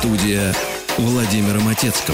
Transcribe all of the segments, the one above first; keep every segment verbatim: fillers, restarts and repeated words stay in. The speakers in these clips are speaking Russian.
Студия Владимира Матецкого.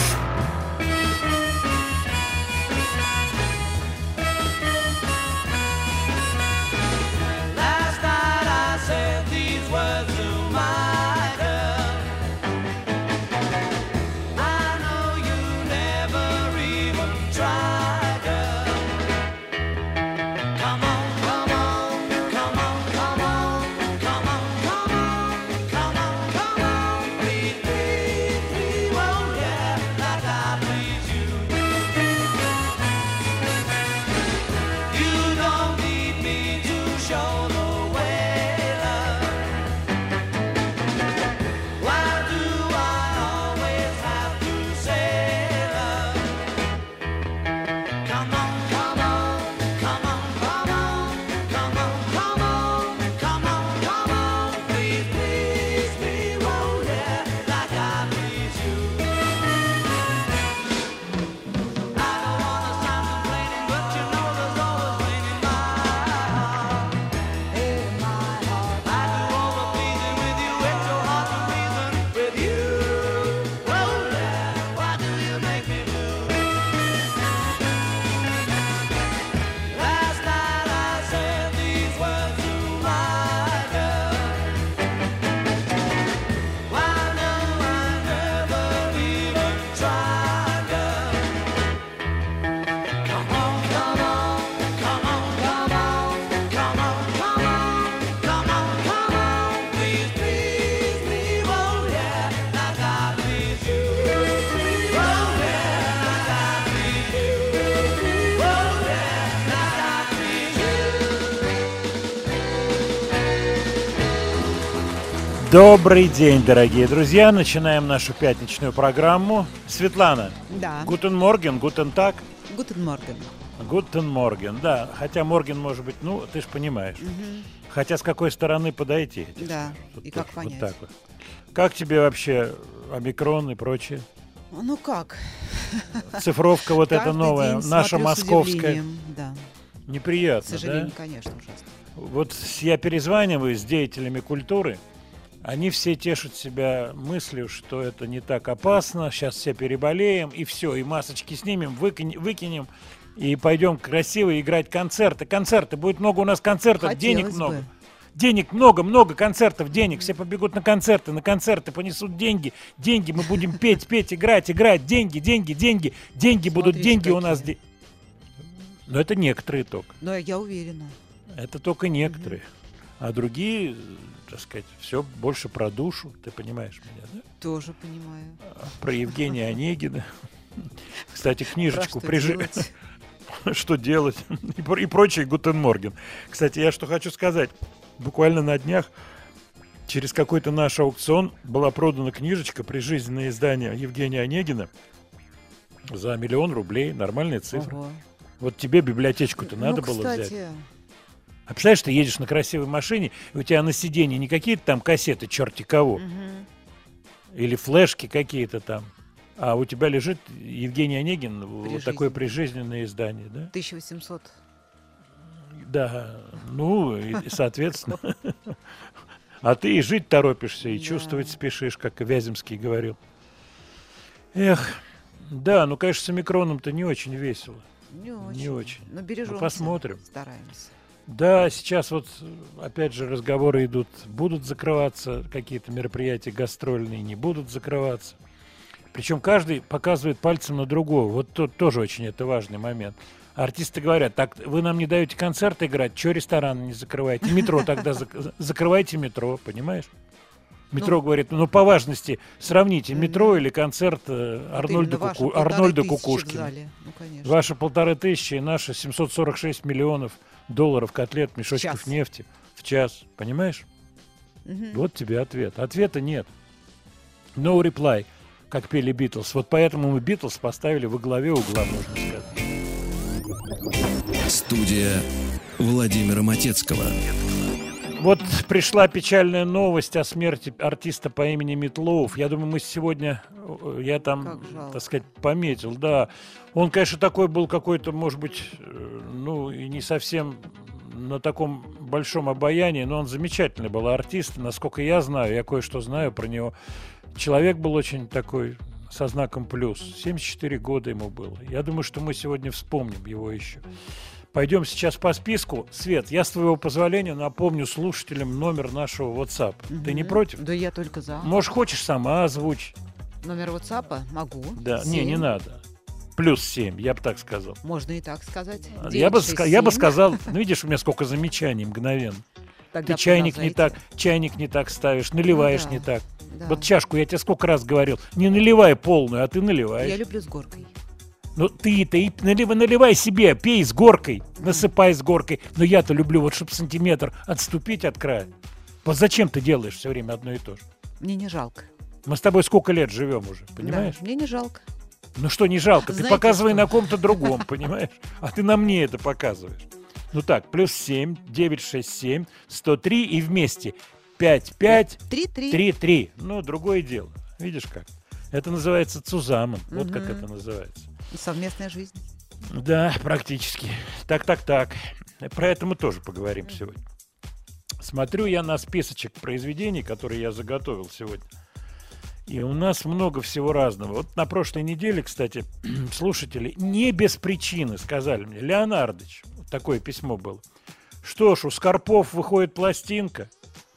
Добрый день, дорогие друзья. Начинаем нашу пятничную программу. Светлана. Да. Гутен морген, гутен так. Гутен морген. Гутен морген, да. Хотя морген может быть, ну, ты же понимаешь. Угу. Хотя с какой стороны подойти. Да, вот и так, как понять. Вот так вот. Как тебе вообще омикрон и прочее? Ну как? Цифровка вот эта новая, наша московская. Да. Неприятно, да? К сожалению, да? конечно, ужасно. Вот я перезваниваю с деятелями культуры. Они все тешат себя мыслью, что это не так опасно, сейчас все переболеем, и все, и масочки снимем, выкинем, выкинем и пойдем красиво играть концерты. Концерты, будет много у нас концертов, Хотелось денег бы. много. Денег много, много концертов, денег. Все побегут на концерты, на концерты, понесут деньги. Деньги, мы будем петь, петь, играть, играть. Деньги, деньги, деньги. Деньги будут, деньги у нас. Де... Но это некоторые только. Но я уверена. Это только некоторые. А другие, так сказать, все больше про душу. Ты понимаешь меня, да? Тоже понимаю. Про Евгения Онегина. Кстати, книжечку что прижи... делать? Что делать? И, про... и прочее Гутен морген. Кстати, я что хочу сказать. Буквально на днях через какой-то наш аукцион была продана книжечка «Прижизненное издание» Евгения Онегина за миллион рублей. Нормальная цифра. Ого. Вот тебе библиотечку-то надо ну, было кстати... взять. А представляешь, ты едешь на красивой машине, и у тебя на сиденье не какие-то там кассеты черти кого, Угу. или флешки какие-то там, а у тебя лежит Евгений Онегин, вот такое прижизненное издание, да? тысяча восемьсот. Да, ну, и, соответственно. А ты и жить торопишься, и чувствовать спешишь, как Вяземский говорил. Эх, да, ну, конечно, с омикроном-то не очень весело. Не очень. Не очень. Но бережемся. Ну, посмотрим. Стараемся. Да, сейчас вот, опять же, разговоры идут, будут закрываться какие-то мероприятия гастрольные, не будут закрываться. Причем каждый показывает пальцем на другого. Вот тут тоже очень это важный момент. Артисты говорят, так вы нам не даете концерт играть, что рестораны не закрываете? Метро тогда зак- закрывайте метро, понимаешь? Метро ну, говорит, ну по важности сравните метро или концерт э, Арнольда, Куку... Арнольда Кукушкина. Ну, ваши полторы тысячи и наши семьсот сорок шесть миллионов долларов котлет, мешочков час. нефти в час, понимаешь? Угу. Вот тебе ответ. Ответа нет. No reply, как пели Битлз. Вот поэтому мы Битлз поставили во главе угла, можно сказать. Студия Владимира Матецкого. Вот пришла печальная новость о смерти артиста по имени Митлоуф. Я думаю, мы сегодня, я там, так сказать, пометил, да. Он, конечно, такой был какой-то, может быть, ну, и не совсем на таком большом обаянии, но он замечательный был артист. Насколько я знаю, я кое-что знаю про него. Человек был очень такой, со знаком плюс. семьдесят четыре года ему было. Я думаю, что мы сегодня вспомним его еще. Пойдем сейчас по списку. Свет, я с твоего позволения напомню слушателям номер нашего WhatsApp. Ты не Мгм. против? Да я только за. Может, хочешь сама озвучить? Номер WhatsApp могу. Да, не, не Семь. надо. Плюс семь, я бы так сказал. Можно и так сказать. Я бы, ска- я бы девять шесть семь. сказал, ну видишь, у меня сколько замечаний мгновенно. Тогда Ты чайник не так, продолжайте. чайник не так ставишь, наливаешь да. не так. Да. Вот чашку, я тебе сколько раз говорил, не наливай полную, а ты наливаешь. Я люблю с горкой. Ну ты-то и наливай, наливай себе, пей с горкой, насыпай с горкой. Но я-то люблю, вот чтобы сантиметр отступить от края. Вот зачем ты делаешь все время одно и то же? Мне не жалко. Мы с тобой сколько лет живем уже, понимаешь? Да, мне не жалко. Ну что не жалко, ты Знаете показывай что? на ком-то другом, понимаешь? А ты на мне это показываешь. Ну так, плюс семь, девять шесть семь, сто три и вместе пять пять Три-три. три три. Ну, другое дело. Видишь как? Это называется цузамен. Вот как Мгм. это называется. Совместная жизнь. Да, практически. Так, так, так. Про это мы тоже поговорим сегодня. Смотрю я на списочек произведений, которые я заготовил сегодня. И у нас много всего разного. Вот на прошлой неделе, кстати, слушатели не без причины сказали мне: Леонардович, вот такое письмо было. Что ж, у Скорпов выходит пластинка,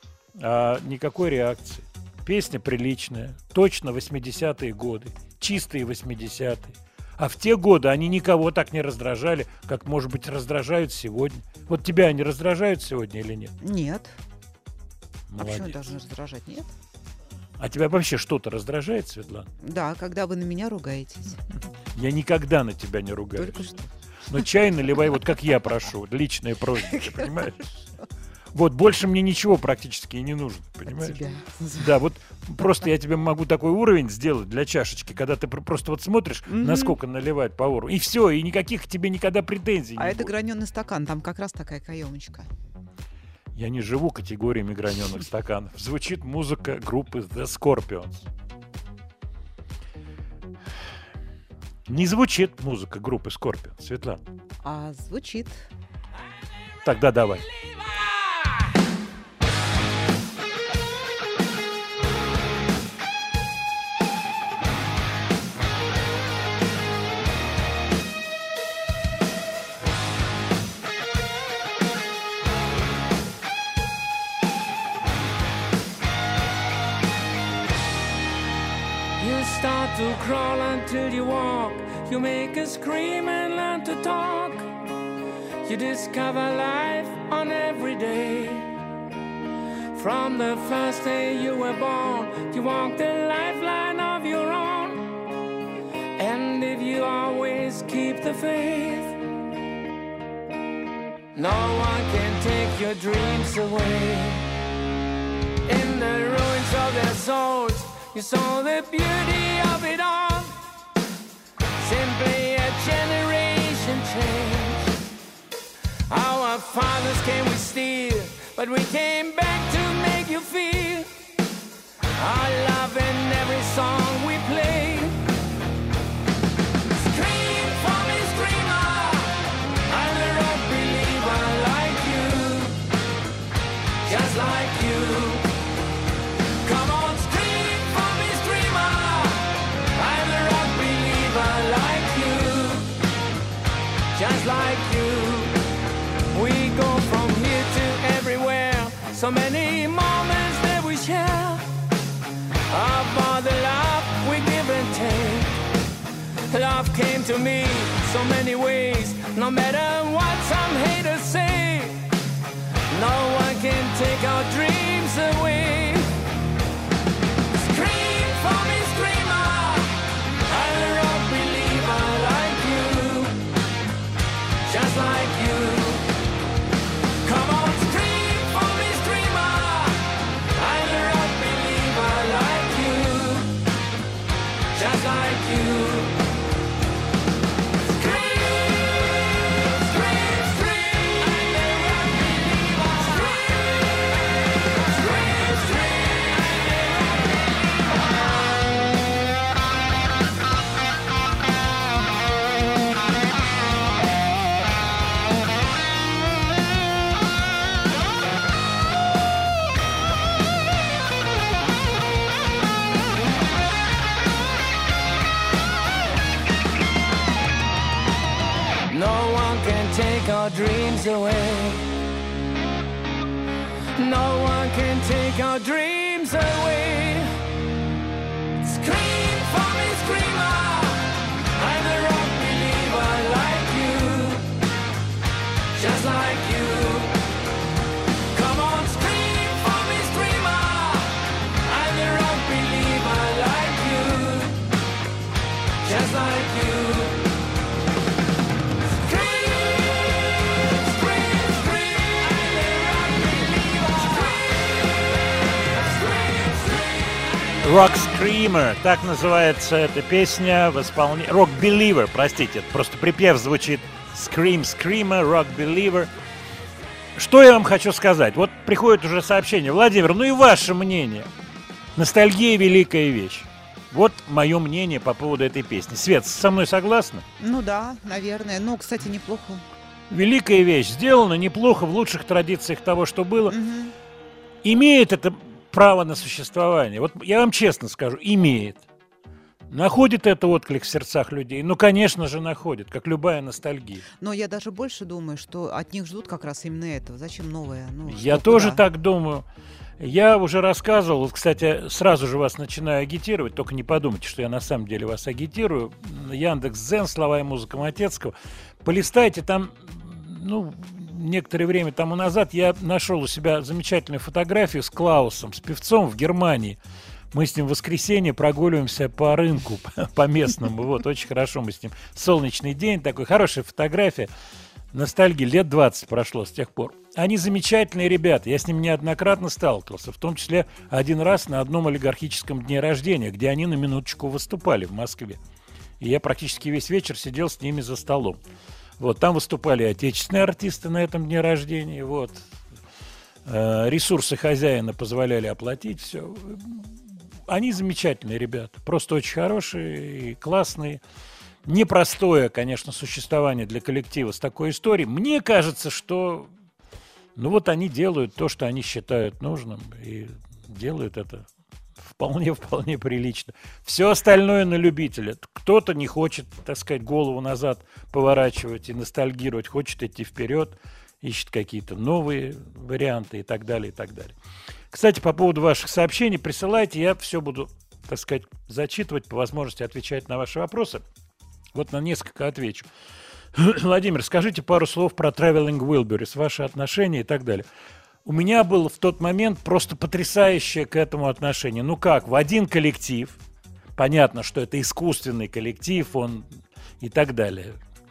а никакой реакции. Песня приличная, точно восьмидесятые годы, чистые восьмидесятые. А в те годы они никого так не раздражали, как, может быть, раздражают сегодня. Вот тебя они раздражают сегодня или нет? Нет. А почему Молодец. должны раздражать? Нет? А тебя вообще что-то раздражает, Светлана? Да, когда вы на меня ругаетесь. Я никогда на тебя не ругаюсь. Только что. Но чай наливай, вот как я прошу. Личная просьба, ты понимаешь? Вот, больше мне ничего практически и не нужно, От понимаешь? тебя. Да, вот просто я тебе могу такой уровень сделать для чашечки, когда ты пр- просто вот смотришь, Мгм. насколько наливает по уровню. И все, и никаких к тебе никогда претензий А не это будет. граненый стакан, там как раз такая каемочка. Я не живу категориями граненых стаканов. Звучит музыка группы The Scorpions. Не звучит музыка группы Scorpions, Светлана. А звучит. Тогда давай. You start to crawl until you walk. You make a scream and learn to talk. You discover life on every day. From the first day you were born, you walk the lifeline of your own. And if you always keep the faith, no one can take your dreams away. In the ruins of their souls, you saw the beauty of it all. Simply a generation change. Our fathers came with steel, but we came back to make you feel our love in every song we play. Scream for me, screamer, I'm a rock believer like you, just like you. Come on, scream for me, screamer, I'm a rock believer like you, just like you. We go from here to everywhere, so many moments that we share, about the love we give and take. Love came to me so many ways, no matter what some haters say. No one can take our dreams away. Scream for me, screamer, I'm a rock believer like you, just like you. Come on, scream for me, screamer, I'm a rock believer like you, just like you. Scream, scream, scream, I'm a rock believer. Scream, scream, scream. take our dreams away. No one can take our dreams away. Scream for me, screamer. I'm a rock believer like you, just like you. Come on, scream for me, screamer. I'm a rock believer like you, just like you. Rock Screamer, так называется эта песня в исполнении... Rock Believer, простите, просто припев звучит Scream Screamer, Rock Believer. Что я вам хочу сказать? Вот приходит уже сообщение. Владимир, ну и ваше мнение. Ностальгия — великая вещь. Вот мое мнение по поводу этой песни. Свет, со мной согласна? Ну да, наверное. Но, кстати, неплохо. Великая вещь. Сделана неплохо, в лучших традициях того, что было. Угу. Имеет это право на существование. Вот я вам честно скажу, имеет. Находит это отклик в сердцах людей? Ну, конечно же, находит, как любая ностальгия. Но я даже больше думаю, что от них ждут как раз именно этого. Зачем новое? Ну, я что, тоже куда? так думаю. Я уже рассказывал, вот, кстати, сразу же вас начинаю агитировать, только не подумайте, что я на самом деле вас агитирую. Яндекс.Дзен, слова и музыка Матецкого. Полистайте, там, ну, некоторое время тому назад я нашел у себя замечательную фотографию с Клаусом, с певцом в Германии. Мы с ним в воскресенье прогуливаемся по рынку, по местному. Вот, очень хорошо мы с ним. Солнечный день такой, хорошая фотография. Ностальгия, лет двадцать прошло с тех пор. Они замечательные ребята, я с ними неоднократно сталкивался, в том числе один раз на одном олигархическом дне рождения, где они на минуточку выступали в Москве. И я практически весь вечер сидел с ними за столом. Вот, там выступали отечественные артисты на этом дне рождения, вот. Э, ресурсы хозяина позволяли оплатить все. Они замечательные ребята, просто очень хорошие и классные. Непростое, конечно, существование для коллектива с такой историей. Мне кажется, что, ну вот они делают то, что они считают нужным, и делают это вполне-вполне прилично. Все остальное на любителя. Кто-то не хочет, так сказать, голову назад поворачивать и ностальгировать, хочет идти вперед, ищет какие-то новые варианты и так далее, и так далее. Кстати, по поводу ваших сообщений, присылайте, я все буду, так сказать, зачитывать, по возможности отвечать на ваши вопросы. Вот на несколько отвечу. Владимир, скажите пару слов про Traveling Wilburys, ваши отношения и так далее. У меня было в тот момент просто потрясающее к этому отношение. Ну как, в один коллектив, понятно, что это искусственный коллектив, он и так далее.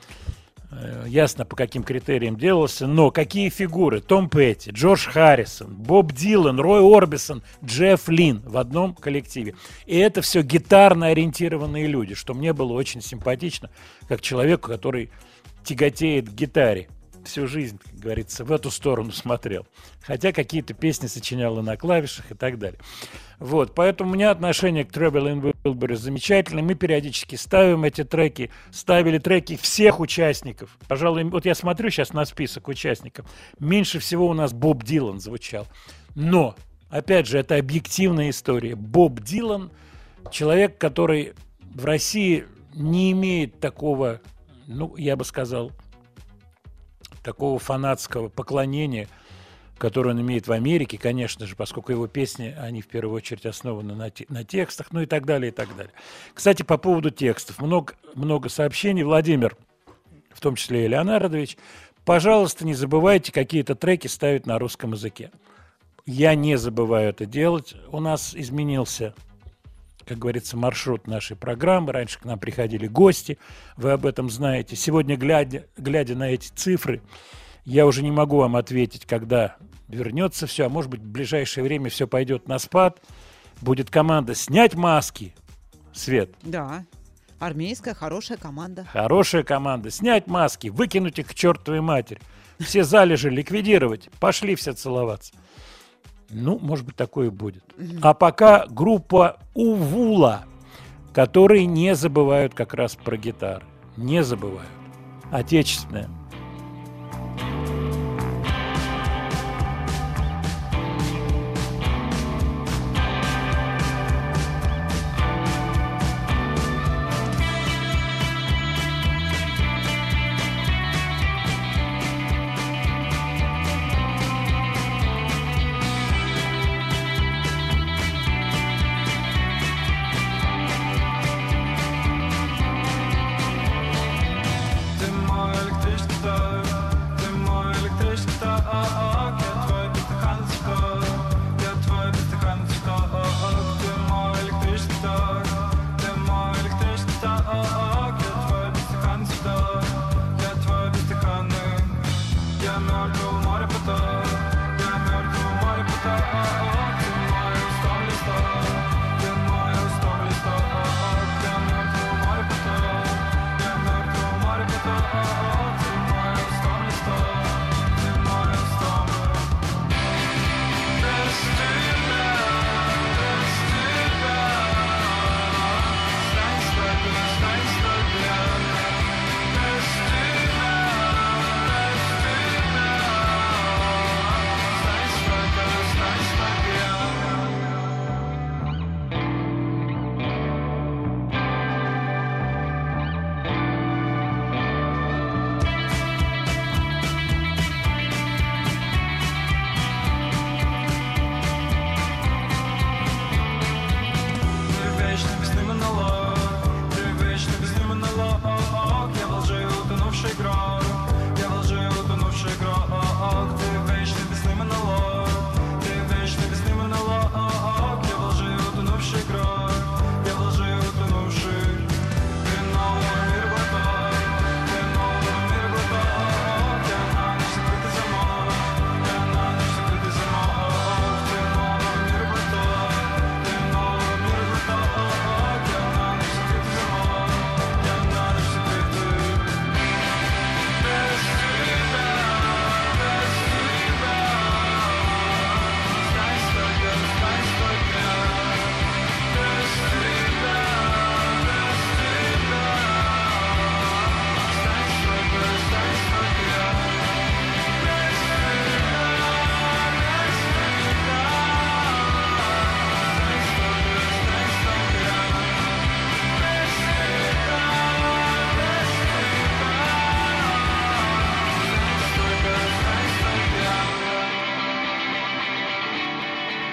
Ясно, по каким критериям делался, но какие фигуры? Том Петти, Джордж Харрисон, Боб Дилан, Рой Орбисон, Джефф Лин в одном коллективе. И это все гитарно ориентированные люди, что мне было очень симпатично, как человеку, который тяготеет к гитаре. Всю жизнь, как говорится, в эту сторону смотрел. Хотя какие-то песни сочинял и на клавишах и так далее. Вот, поэтому у меня отношение к Traveling Wilburys замечательное. Мы периодически ставим эти треки. Ставили треки всех участников. Пожалуй, вот я смотрю сейчас на список участников. Меньше всего у нас Боб Дилан звучал. Но, опять же, это объективная история. Боб Дилан – человек, который в России не имеет такого, ну, я бы сказал, такого фанатского поклонения, которое он имеет в Америке, конечно же, поскольку его песни, они в первую очередь основаны на, те, на текстах, ну и так далее, и так далее. Кстати, по поводу текстов. Много, много сообщений. Владимир, в том числе и Леонардович, пожалуйста, не забывайте какие-то треки ставить на русском языке. Я не забываю это делать. У нас изменился, как говорится, маршрут нашей программы. Раньше к нам приходили гости, вы об этом знаете. Сегодня, глядя, глядя на эти цифры, я уже не могу вам ответить, когда вернется все, а может быть, в ближайшее время все пойдет на спад. Будет команда снять маски. Свет. Да, армейская хорошая команда. Хорошая команда. Снять маски, выкинуть их к чертовой матери. Все залежи ликвидировать. Пошли все целоваться. Ну, может быть, такое будет. А пока группа Увула, которые не забывают как раз про гитары. Не забывают. Отечественная.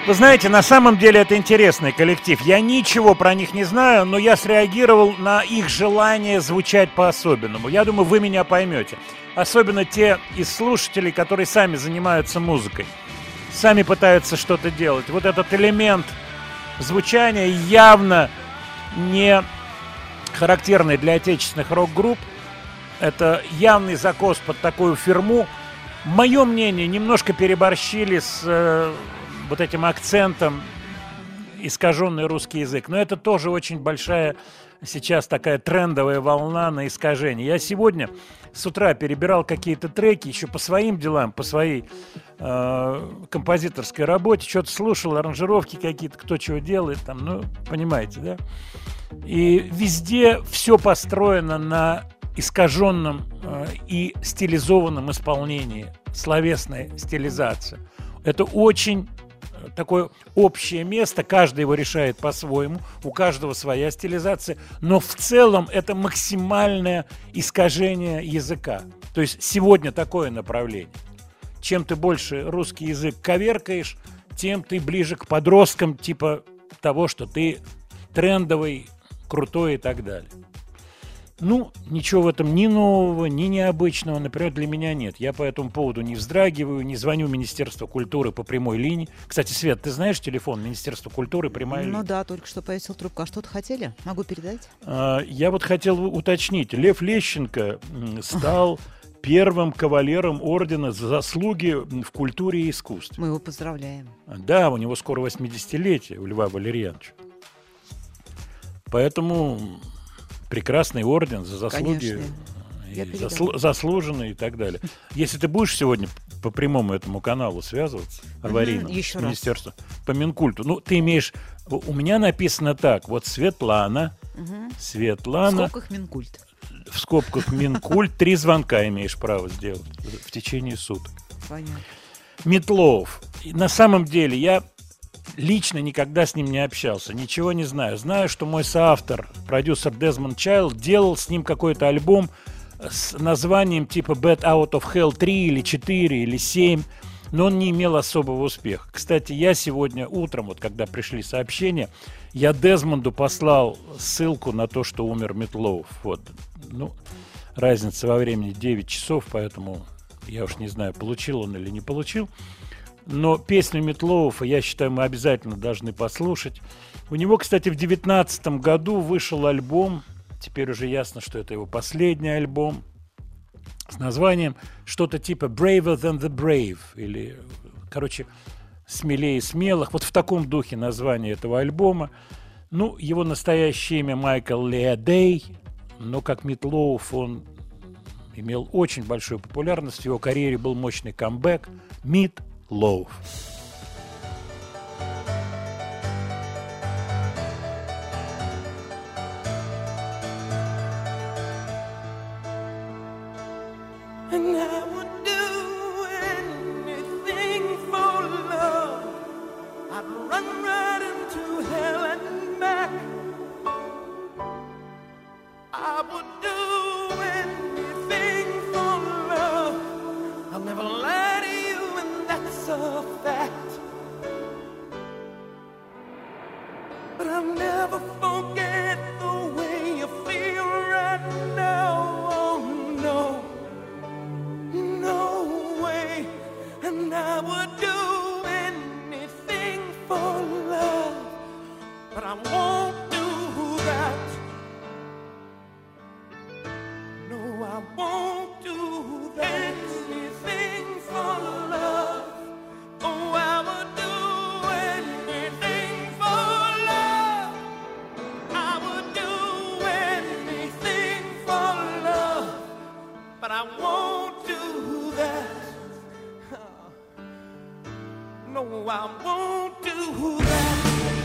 Вы знаете, на самом деле это интересный коллектив. Я ничего про них не знаю, но я среагировал на их желание звучать по-особенному. Я думаю, вы меня поймете. Особенно те из слушателей, которые сами занимаются музыкой, сами пытаются что-то делать. Вот этот элемент звучания явно не характерный для отечественных рок-групп. Это явный закос под такую фирму. Мое мнение, немножко переборщили с э, вот этим акцентом искаженный русский язык. Но это тоже очень большая сейчас такая трендовая волна на искажение. Я сегодня с утра перебирал какие-то треки еще по своим делам, по своей э, композиторской работе. Что-то слушал, аранжировки какие-то, кто чего делает там, ну, понимаете, да? И везде все построено на искаженном э, и стилизованном исполнении, словесная стилизация. Это очень такое общее место, каждый его решает по-своему, у каждого своя стилизация, но в целом это максимальное искажение языка. То есть сегодня такое направление. Чем ты больше русский язык коверкаешь, тем ты ближе к подросткам, типа того, что ты трендовый, крутой и так далее. Ну, ничего в этом ни нового, ни необычного, например, для меня нет. Я по этому поводу не вздрагиваю, не звоню в Министерство культуры по прямой линии. Кстати, Свет, ты знаешь телефон Министерства культуры, прямая линия? Ну да, только что повесил трубку. А что-то хотели? Могу передать? А, я вот хотел уточнить. Лев Лещенко стал первым кавалером ордена за заслуги в культуре и искусстве. Мы его поздравляем. Да, у него скоро восьмидесятилетие, у Льва Валерьяновича. Поэтому прекрасный орден за заслуги, и заслу- заслуженные и так далее. Если ты будешь сегодня по прямому этому каналу связываться, аварийному, угу, с министерством, по Минкульту, ну, ты имеешь... У меня написано так, вот Светлана, угу. Светлана... В скобках Минкульт. В скобках Минкульт, три звонка имеешь право сделать в течение суток. Понятно. Метлов. На самом деле я... лично никогда с ним не общался, ничего не знаю. Знаю, что мой соавтор, продюсер Дезмонд Чайлд, делал с ним какой-то альбом с названием типа Bad Out of Hell три или четыре или семь, но он не имел особого успеха. Кстати, я сегодня утром, вот когда пришли сообщения, я Дезмонду послал ссылку на то, что умер Метлов. Вот. Ну, разница во времени девять часов, поэтому я уж не знаю, получил он или не получил. Но песню Метлова, я считаю, мы обязательно должны послушать. У него, кстати, в девятнадцатом году вышел альбом, теперь уже ясно, что это его последний альбом, с названием что-то типа Braver Than the Brave, или, короче, смелее смелых. Вот в таком духе название этого альбома. Ну, его настоящее имя Майкл Леодей, но как Метлов он имел очень большую популярность. В его карьере был мощный камбэк Meat Loaf. And I would do anything for love. I'd run right into hell and back. I would do anything for love. I'll never lie to you, and that's a fact. But I'll never forget the way you feel right now. Oh no, no way. And I would do anything for love, but I won't do that. No, I won't do that. Anything for love. Oh, I would do anything for love. I would do anything for love, but I won't do that. No, I won't do that.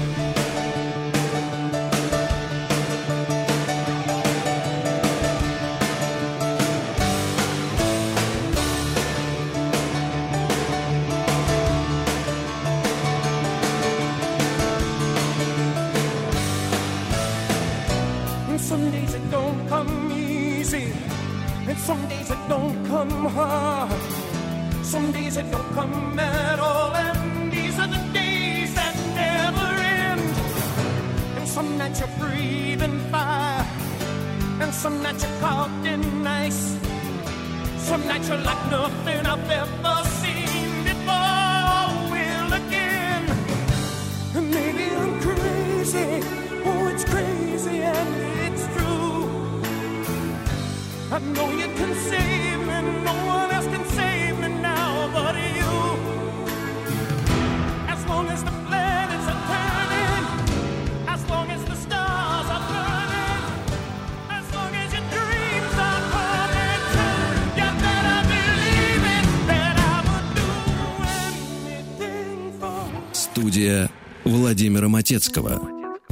And some days it don't come easy, and some days it don't come hard. Some days it don't come at all, and these are the days Some nights you're breathing fire, and some nights you're caught in ice. Some nights you're like nothing I've ever seen before. Will again, and maybe I'm crazy. Oh, it's crazy and it's true. I know you can save me, no one else can save me now but you. As long as the planets are turning, as long as the stars are burning, as long as your dreams are coming true, you better believe it, that I would do anything for you. Студия Владимира Матецкого.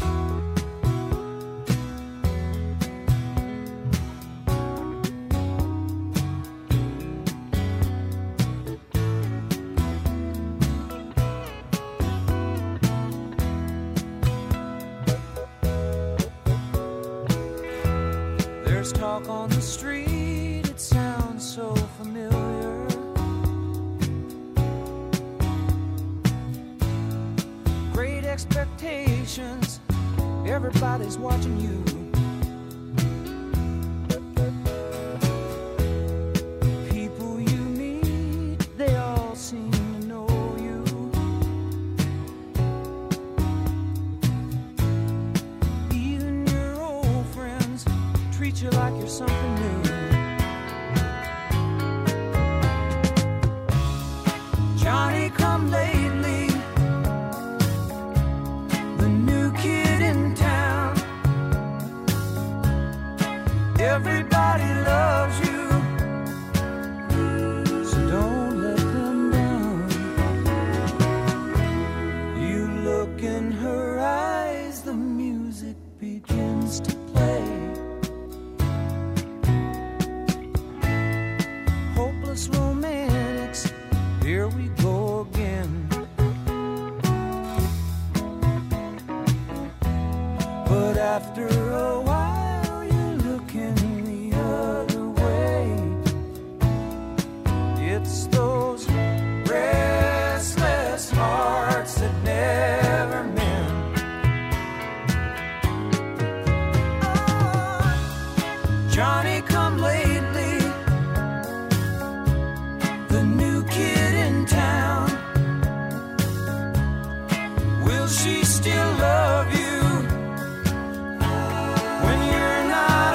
There's talk on the street, it sounds so familiar. Great expectations, everybody's watching you. People you meet, they all seem to know you. Even your old friends treat you like you're something new. Johnny come lately, the new kid in town. Everybody loves you, so don't let them down. You look in her eyes, the music begins to play. Hopeless romantics, here we go again. But after a while, you're looking the other way. It's those restless hearts that never mend. Oh, Johnny come lately, the new kid in town. Will she still love you when you're not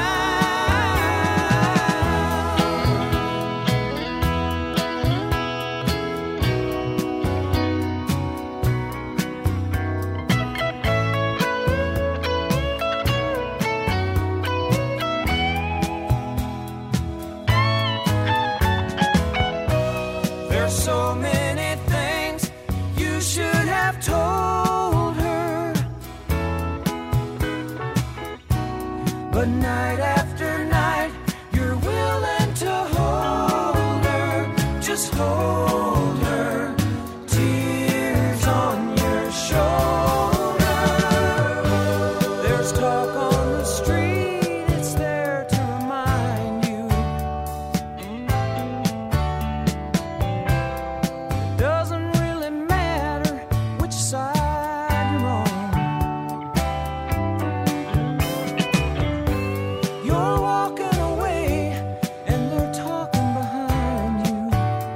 There's so many things you should have told her, but night after night you're willing to hold her, just hold her, tears on your shoulder. There's talk on the street, it's there to remind you. Doesn't really matter which side you're on. You're walking away and they're talking behind you.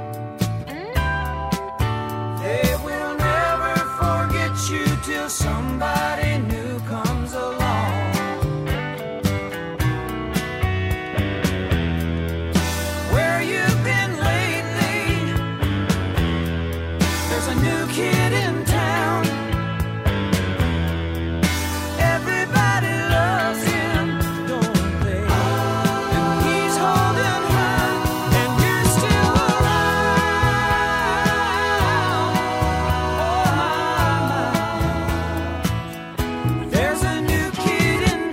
They will never forget you till somebody new comes along. Where you've been lately, there's a new kid in town. Everybody loves him, don't they? And he's holding her, and you're still around. Oh my, my. There's a new kid in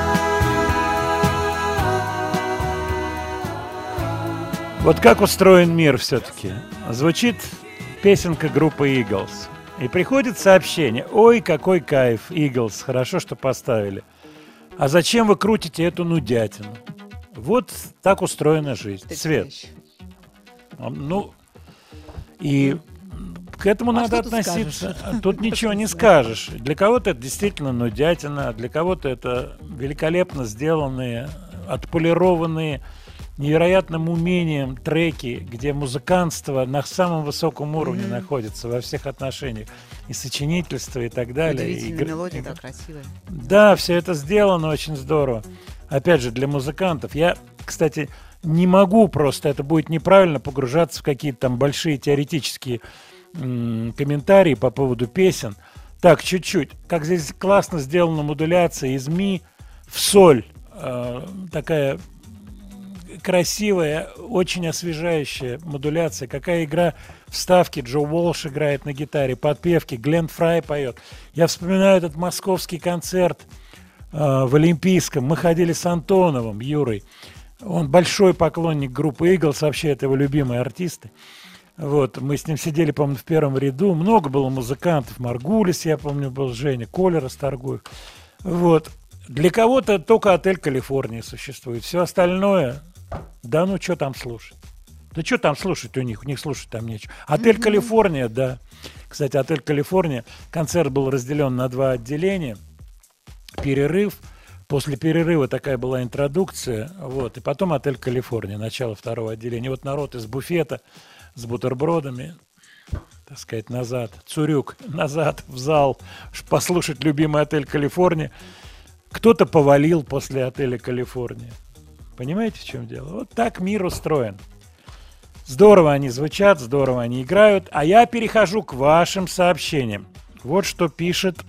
town. Вот как устроен мир все-таки. Звучит песенка группы Eagles. И приходит сообщение. Ой, какой кайф, Eagles, хорошо, что поставили. А зачем вы крутите эту нудятину? Вот так устроена жизнь. Свет. Потрясающе. Ну, и к этому А надо что тут относиться. скажешь? Тут ничего не скажешь. Для кого-то это действительно нудятина, для кого-то это великолепно сделанные, отполированные невероятным умением треки, где музыкантство на самом высоком уровне Мгм. находится во всех отношениях. И сочинительство, и так далее. Удивительная и, мелодия, и- да, красивая. Да, все это сделано очень здорово. Опять же, для музыкантов. Я, кстати, не могу просто, это будет неправильно, погружаться в какие-то там большие теоретические м, комментарии по поводу песен. Так, чуть-чуть. Как здесь классно сделана модуляция из ми в соль. Э, такая красивая, очень освежающая модуляция. Какая игра вставки. Джо Уолш играет на гитаре, подпевки, Глен Фрай поет. Я вспоминаю этот московский концерт э, в Олимпийском. Мы ходили с Антоновым, Юрой. Он большой поклонник группы Eagles, вообще это его любимые артисты. Вот, мы с ним сидели, по-моему, в первом ряду. Много было музыкантов. Маргулис, я помню, был, Женя, Коля Расторгуев. Вот. Для кого-то только отель Калифорния существует. Все остальное, да ну, что там слушать? Да что там слушать у них? У них слушать там нечего. Отель Калифорния, да. Кстати, отель Калифорния. Концерт был разделен на два отделения. Перерыв. После перерыва такая была интродукция. Вот. И потом отель Калифорния, начало второго отделения. Вот народ из буфета с бутербродами, так сказать, назад. Цурюк назад в зал, чтобы послушать любимый отель Калифорния. Кто-то повалил после отеля Калифорния. Понимаете, в чем дело? Вот так мир устроен. Здорово они звучат, здорово они играют. А я перехожу к вашим сообщениям. Вот что пишет...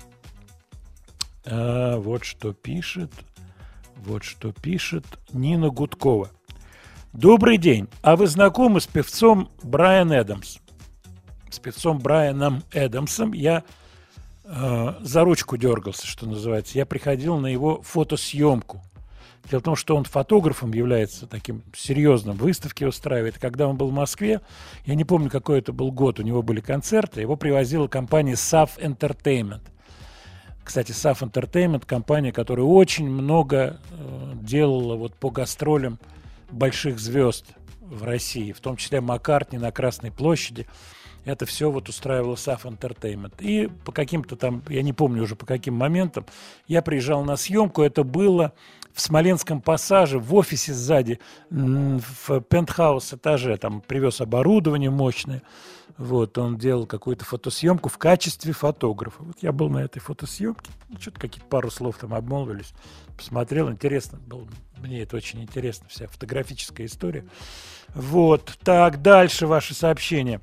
А, вот что пишет... Вот что пишет Нина Гудкова. Добрый день. А вы знакомы с певцом Брайан Эдамс? С певцом Брайаном Эдамсом я э, за ручку дергался, что называется. Я приходил на его фотосъемку. Дело в том, что он фотографом является таким серьезным, выставки устраивает. Когда он был в Москве, я не помню, какой это был год, у него были концерты, его привозила компания эс эй эф Entertainment. Кстати, эс эй эф Entertainment – компания, которая очень много э, делала вот по гастролям больших звезд в России, в том числе Маккартни на Красной площади. Это все вот устраивало эс эй эф Entertainment. И по каким-то там, я не помню уже по каким моментам, я приезжал на съемку, это было в Смоленском пассаже, в офисе сзади, в пентхаус этаже, там привез оборудование мощное. Вот, он делал какую-то фотосъемку в качестве фотографа. Вот я был на этой фотосъемке, что-то какие-то пару слов там обмолвились, посмотрел, интересно было, мне это очень интересно, вся фотографическая история. Вот, так, дальше ваши сообщения.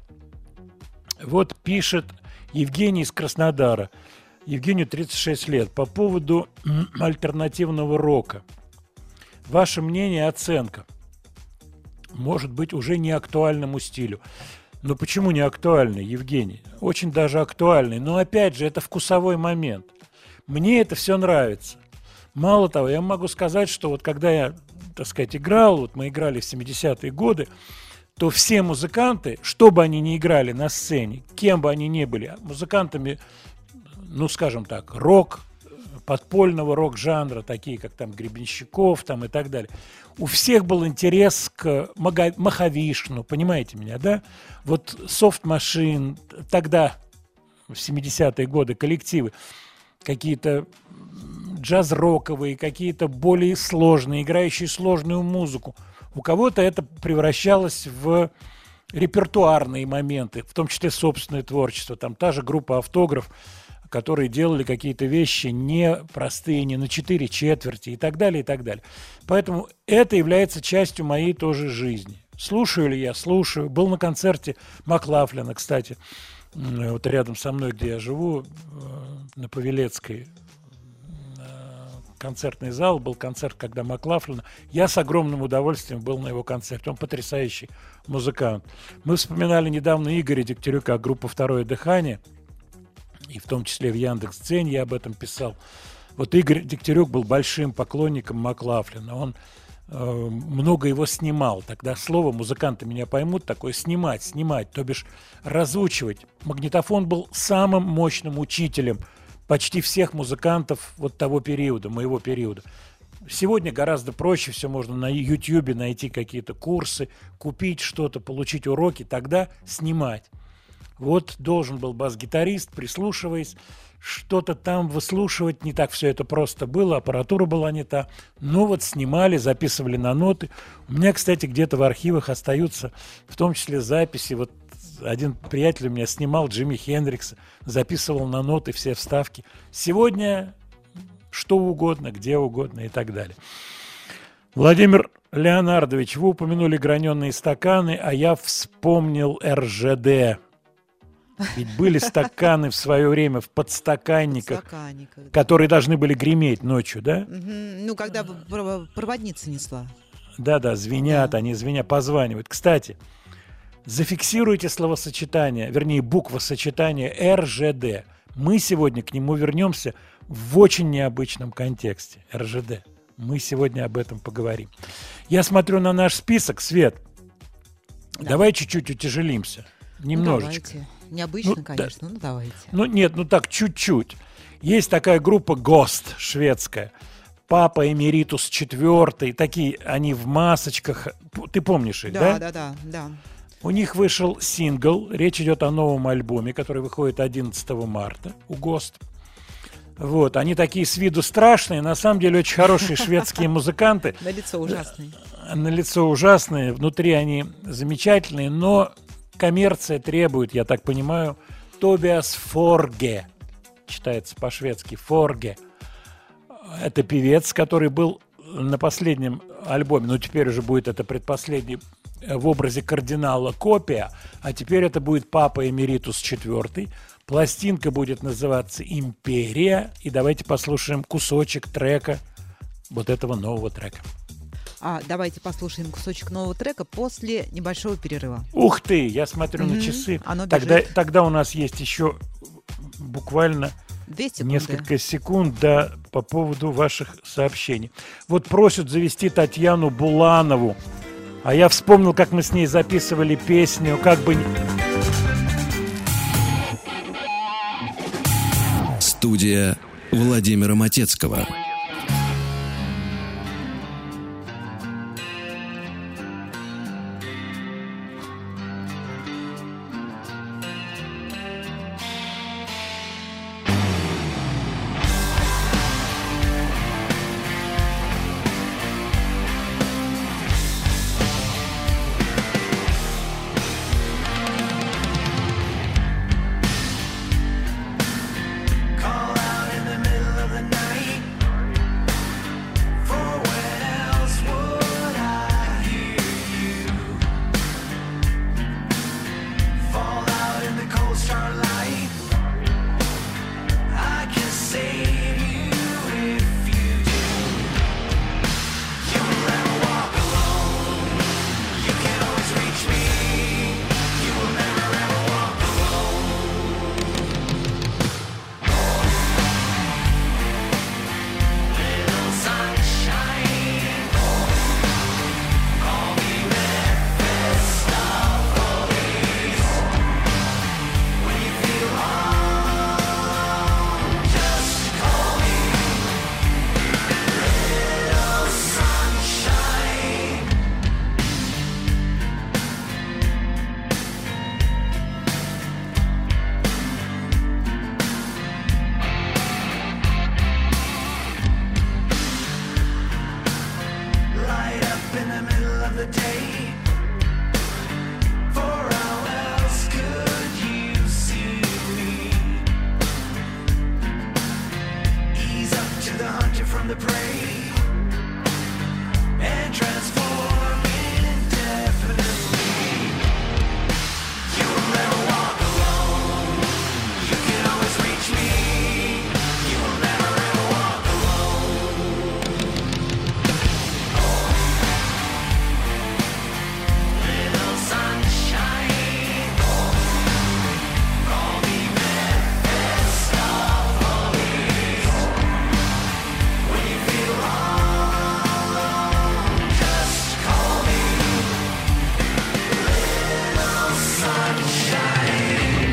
Вот пишет Евгений из Краснодара. Евгению тридцать шесть лет. По поводу альтернативного рока. Ваше мнение, оценка. Может быть, уже не актуальному стилю. Но почему не актуальный, Евгений? Очень даже актуальный. Но опять же, это вкусовой момент. Мне это все нравится. Мало того, я могу сказать, что вот когда я, так сказать, играл, вот мы играли в семидесятые годы, то все музыканты, что бы они ни играли на сцене, кем бы они ни были, музыкантами, ну, скажем так, рок, подпольного рок-жанра, такие как там Гребенщиков там и так далее, у всех был интерес к Мага- Махавишну, понимаете меня, да? Вот Soft Machine, тогда, в семидесятые годы, коллективы, какие-то джаз-роковые, какие-то более сложные, играющие сложную музыку. У кого-то это превращалось в репертуарные моменты, в том числе собственное творчество. Там та же группа «Автограф», которые делали какие-то вещи непростые, не на четыре четверти и так далее, и так далее. Поэтому это является частью моей тоже жизни. Слушаю ли я? Слушаю. Был на концерте Маклафлина, кстати, вот рядом со мной, где я живу, на Павелецкой, концертный зал, был концерт, когда Маклафлина. Я с огромным удовольствием был на его концерте. Он потрясающий музыкант. Мы вспоминали недавно Игоря Дегтярюка, группа «Второе дыхание», и в том числе в Яндекс.Дзене я об этом писал. Вот Игорь Дегтярюк был большим поклонником Маклафлина. Он э, много его снимал. Тогда слово, музыканты меня поймут, такое снимать, снимать, то бишь разучивать. Магнитофон был самым мощным учителем почти всех музыкантов вот того периода, моего периода. Сегодня гораздо проще, все можно на Ютьюбе найти какие-то курсы, купить что-то, получить уроки, тогда снимать. Вот должен был бас-гитарист, прислушиваясь, что-то там выслушивать. Не так все это просто было, аппаратура была не та. Но вот снимали, записывали на ноты. У меня, кстати, где-то в архивах остаются, в том числе записи. Вот один приятель у меня снимал Джимми Хендрикса, записывал на ноты все вставки. Сегодня что угодно, где угодно и так далее. Владимир Леонардович, вы упомянули граненые стаканы, а я вспомнил эр жэ дэ. Ведь были стаканы в свое время в подстаканниках, Стаканниках, да. которые должны были греметь ночью, да? Мгм. Ну, когда пров- проводница несла. Да-да, звенят, Да. они звенят, позванивают. Кстати, зафиксируйте словосочетание, вернее, буквосочетание эр жэ дэ. Мы сегодня к нему вернемся в очень необычном контексте. эр жэ дэ. Мы сегодня об этом поговорим. Я смотрю на наш список, Свет. Да. Давай чуть-чуть утяжелимся. Немножечко. Ну, давайте. Необычно, Ну, да. конечно, ну давайте. Ну, нет, ну так, чуть-чуть. Есть такая группа Ghost, шведская. Папа Эмеритус четвертый. Такие, они в масочках. П- Ты помнишь их, да? Да, да, да, да. У них вышел сингл. Речь идет о новом альбоме, который выходит одиннадцатого марта у Ghost. Вот, они такие с виду страшные, на самом деле очень хорошие шведские музыканты. На лицо ужасное. На лицо ужасные, внутри они замечательные, но коммерция требует, я так понимаю, Тобиас Форге, читается по-шведски, Форге. Это певец, который был на последнем альбоме, ну теперь уже будет это предпоследний, в образе кардинала Копия, а теперь это будет Папа Эмеритус четвертый. Пластинка будет называться «Империя», и давайте послушаем кусочек трека, вот этого нового трека. А давайте послушаем кусочек нового трека после небольшого перерыва. Ух ты, я смотрю Мгм, на часы. оно Тогда, бежит. тогда у нас есть еще буквально Две секунды. несколько секунд, да, по поводу ваших сообщений. Вот просят завести Татьяну Буланову. А я вспомнил, как мы с ней записывали песню, как бы... не- Студия Владимира Матецкого. Call out in the middle of the night. For when else would I hear you? Fall out in the cold starlight. I can save you if you do. You will never walk alone. You can always reach me. You will never ever walk alone. Little sunshine, call me Mephistopheles. When you feel alone, just call me Little sunshine. Light up in the middle of the day. For how else could you see me? Ease up to the hunter from the prey and transform indefinitely. You will never walk alone. You can always reach me. You will never ever walk alone. Little sunshine, call me Mephistopheles. When you feel alone, just call me Little sunshine.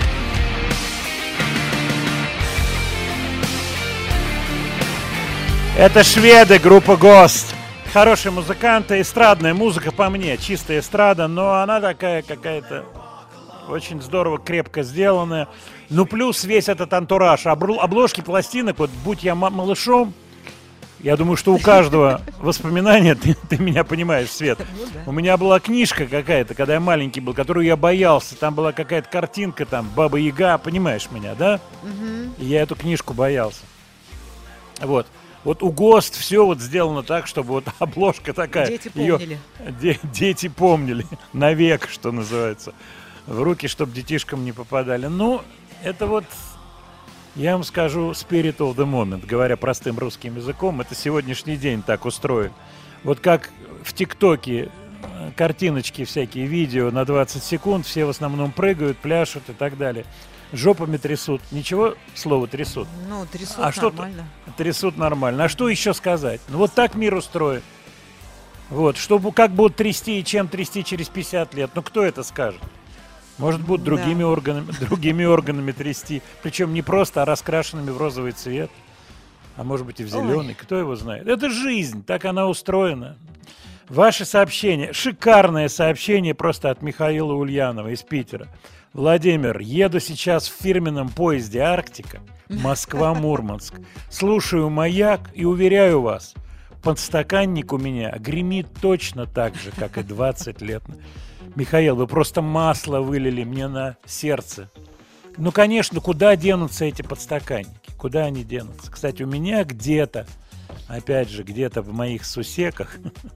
Это шведы, группа Ghost. Хорошие музыканты, эстрадная музыка по мне, чистая эстрада, но она такая какая-то очень здорово, крепко сделанная. Ну, плюс весь этот антураж. Обру- обложки пластинок, вот будь я ма- малышом, я думаю, что у каждого воспоминания, ты, ты меня понимаешь, Свет. Ну да. У меня была книжка какая-то, когда я маленький был, которую я боялся. Там была какая-то картинка, там, Баба-Яга, понимаешь меня, да? Мгм. И я эту книжку боялся. Вот. Вот у ГОСТ все вот сделано так, чтобы вот обложка такая. Дети её- помнили. де- дети помнили. Навек, что называется. В руки, чтобы детишкам не попадали. Ну, это вот, я вам скажу, spirit of the moment, говоря простым русским языком, это сегодняшний день так устроен. Вот как в ТикТоке э, картиночки всякие, видео на двадцать секунд, все в основном прыгают, пляшут и так далее. Жопами трясут. Ничего, слово трясут. Ну, трясут А что нормально. Трясут нормально. А что еще сказать? Ну, вот так мир устроен. Вот. Чтобы, как будут трясти и чем трясти через пятьдесят лет? Ну, кто это скажет? Может, будут Да. другими органами, другими органами трясти. Причем не просто, а раскрашенными в розовый цвет. А может быть и в зеленый. Кто его знает? Это жизнь. Так она устроена. Ваши сообщения. Шикарное сообщение просто от Михаила Ульянова из Питера. Владимир, еду сейчас в фирменном поезде «Арктика», Москва-Мурманск. Слушаю «Маяк» и уверяю вас, подстаканник у меня гремит точно так же, как и двадцать лет. Михаил, вы просто масло вылили мне на сердце. Ну, конечно, куда денутся эти подстаканники? Куда они денутся? Кстати, у меня где-то, опять же, где-то в моих сусеках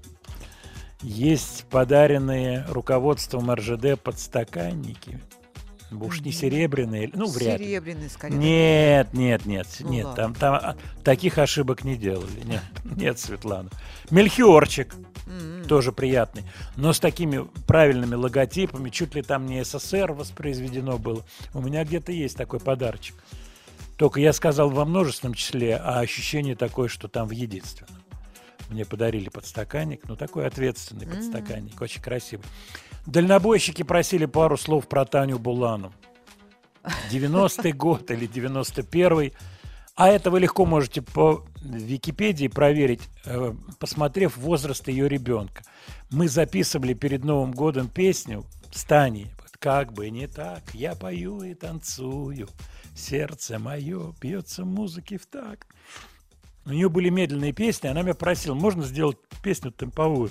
есть подаренные руководством эр жэ дэ подстаканники. Уж не серебряные, ну, вряд ли. Серебряный, скорее. Нет, нет, нет, Ну, нет, ладно. там, там а, таких ошибок не делали. Нет, нет, Светлана. Мельхиорчик, М-м. тоже приятный, но с такими правильными логотипами, чуть ли там не эс эс эр воспроизведено было. У меня где-то есть такой подарочек. Только я сказал во множественном числе, а ощущение такое, что там в единственном. Мне подарили подстаканник, ну такой ответственный Мгм. подстаканник, очень красивый. Дальнобойщики просили пару слов про Таню Булану. девяностый год или девяносто первый. А это вы легко можете по Википедии проверить, э, посмотрев возраст ее ребенка. Мы записывали перед Новым годом песню с Таней. Вот как бы не так, я пою и танцую, сердце мое бьется музыки в такт. У нее были медленные песни, она меня просила, можно сделать песню темповую.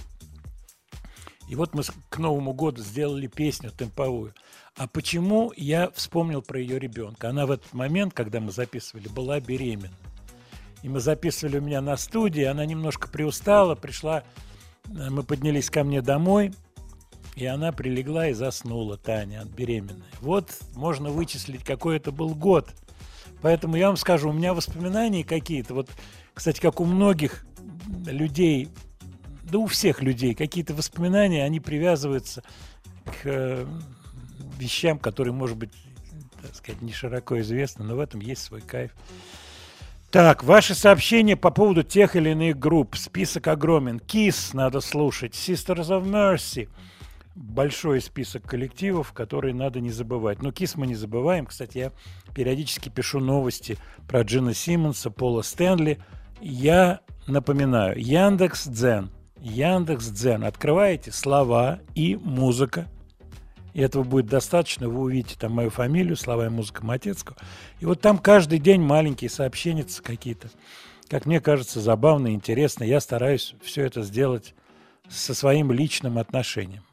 И вот мы с- к Новому году сделали песню темповую. А почему я вспомнил про ее ребенка? Она в этот момент, когда мы записывали, была беременна. И мы записывали у меня на студии, она немножко приустала, пришла, э, мы поднялись ко мне домой, и она прилегла и заснула, Таня, беременная. Вот можно вычислить, какой это был год. Поэтому я вам скажу, у меня воспоминания какие-то, вот, кстати, как у многих людей, да у всех людей, какие-то воспоминания, они привязываются к э, вещам, которые, может быть, так сказать, не широко известны, но в этом есть свой кайф. Так, ваши сообщения по поводу тех или иных групп. Список огромен. Kiss надо слушать. Sisters of Mercy. Большой список коллективов, которые надо не забывать. Но Kiss мы не забываем. Кстати, я периодически пишу новости про Джина Симмонса, Пола Стэнли. Я напоминаю, Яндекс.Дзен. Яндекс.Дзен. Открываете слова и музыка. И этого будет достаточно. Вы увидите там мою фамилию, слова и музыка Матецкого. И вот там каждый день маленькие сообщения какие-то. Как мне кажется, забавно и интересно. Я стараюсь все это сделать со своим личным отношением.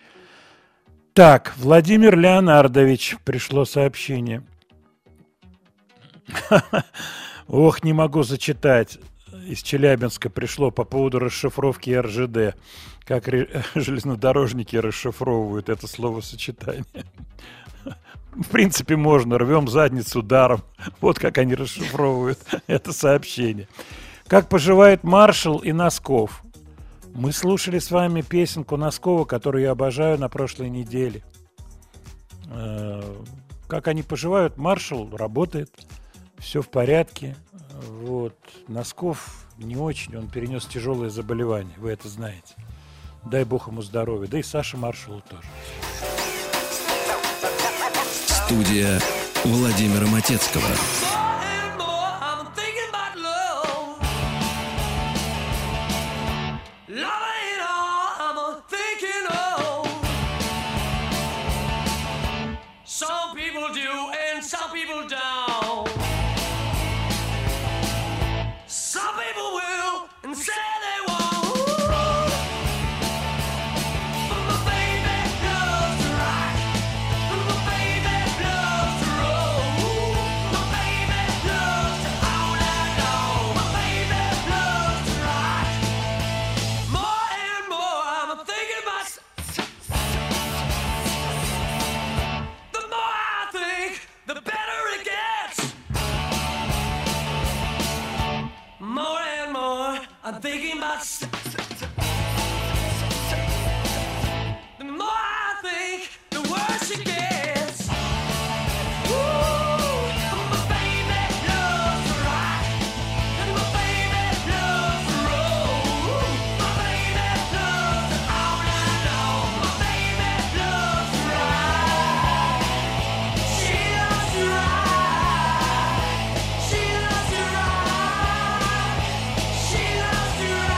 Так, Владимир Леонардович, пришло сообщение. Ох, не могу зачитать. Из Челябинска пришло по поводу расшифровки эр жэ дэ. Как ре- железнодорожники расшифровывают это словосочетание. В принципе, можно. Рвем задницу даром. Вот как они расшифровывают это сообщение. Как поживает Маршал и Носков? Мы слушали с вами песенку Носкова, которую я обожаю, на прошлой неделе. Э, Как они поживают? Маршал работает. Все в порядке. Вот. Носков не очень. Он перенес тяжелое заболевание. Вы это знаете. Дай бог ему здоровья. Да и Саше Маршалу тоже. Студия Владимира Матецкого. and more, I'm thinking about love. Love ain't all I'm thinking of. thinking about s- s- s- the more I think, the worse it gets. Ooh, my baby loves to rock, and my baby loves to roll. My baby loves to all night long. My baby loves to rock. She loves to rock. She loves to rock. She loves to rock.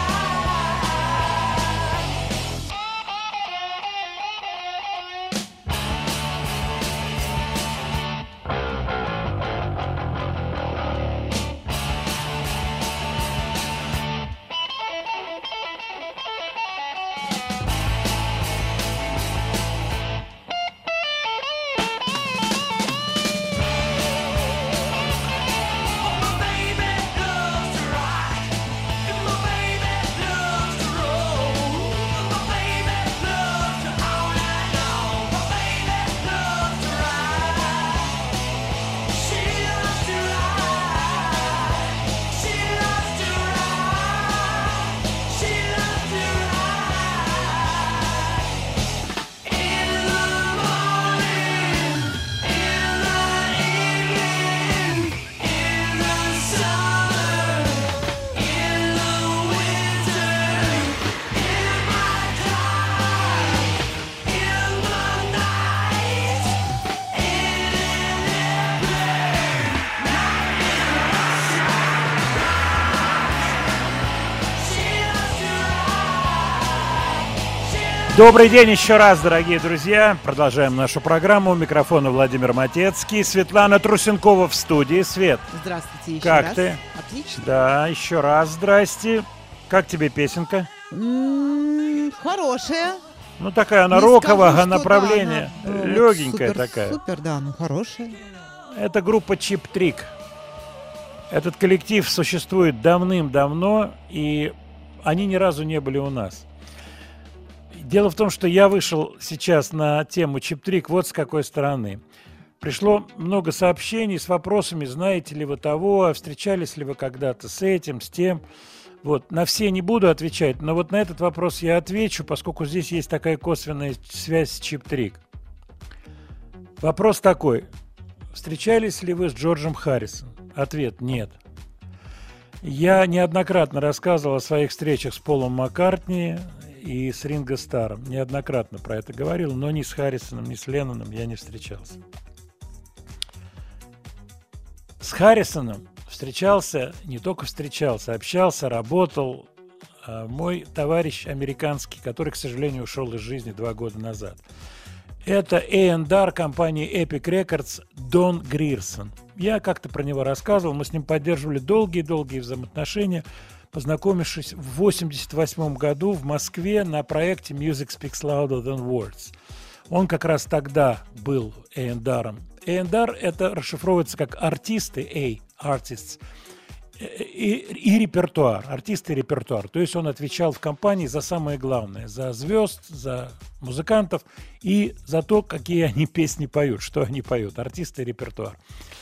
Oh, my baby loves to rock, and my baby loves to roll. My baby loves to all night long. My baby loves to rock. She loves to rock. She loves to rock. She loves to rock. In the morning, in the evening, in the summer, in the winter, in my car, in the night, in an airplane, not in Russia. She loves to rock. She loves Добрый день еще раз, дорогие друзья. Продолжаем нашу программу. У микрофона Владимир Матецкий. Светлана Трусенкова в студии. Свет. Здравствуйте еще Как раз. ты? Отлично. Да, еще раз здрасте. Как тебе песенка? М, Хорошая. Ну, такая она Не рокового скажу, что направления. да, она, э, вот Легенькая супер, такая. Супер, да, ну хорошая. Это группа Cheap Trick. Этот коллектив существует давным-давно, и они ни разу не были у нас. Дело в том, что я вышел сейчас на тему Cheap Trick вот с какой стороны. Пришло много сообщений с вопросами, знаете ли вы того, а встречались ли вы когда-то с этим, с тем. Вот. На все не буду отвечать, но вот на этот вопрос я отвечу, поскольку здесь есть такая косвенная связь с Cheap Trick. Вопрос такой. Встречались ли вы с Джорджем Харрисоном? Ответ – нет. Я неоднократно рассказывал о своих встречах с Полом Маккартни и с Ринго Старром. Неоднократно про это говорил, но ни с Харрисоном, ни с Ленноном я не встречался. С Харрисоном встречался, не только встречался, общался, работал а, мой товарищ американский, который, к сожалению, ушел из жизни два года назад. Это эй энд ар компании Epic Records Дон Грирсон. Я как-то про него рассказывал, мы с ним поддерживали долгие-долгие взаимоотношения, познакомившись в восемьдесят восьмом году в Москве на проекте Music Speaks Louder Than Words. Он как раз тогда был эй энд ар-ом. эй энд ар это расшифровывается как артисты, A, artists, и, и репертуар, артисты и репертуар. То есть он отвечал в компании за самое главное, за звезд, за музыкантов и за то, какие они песни поют, что они поют, артисты и репертуар.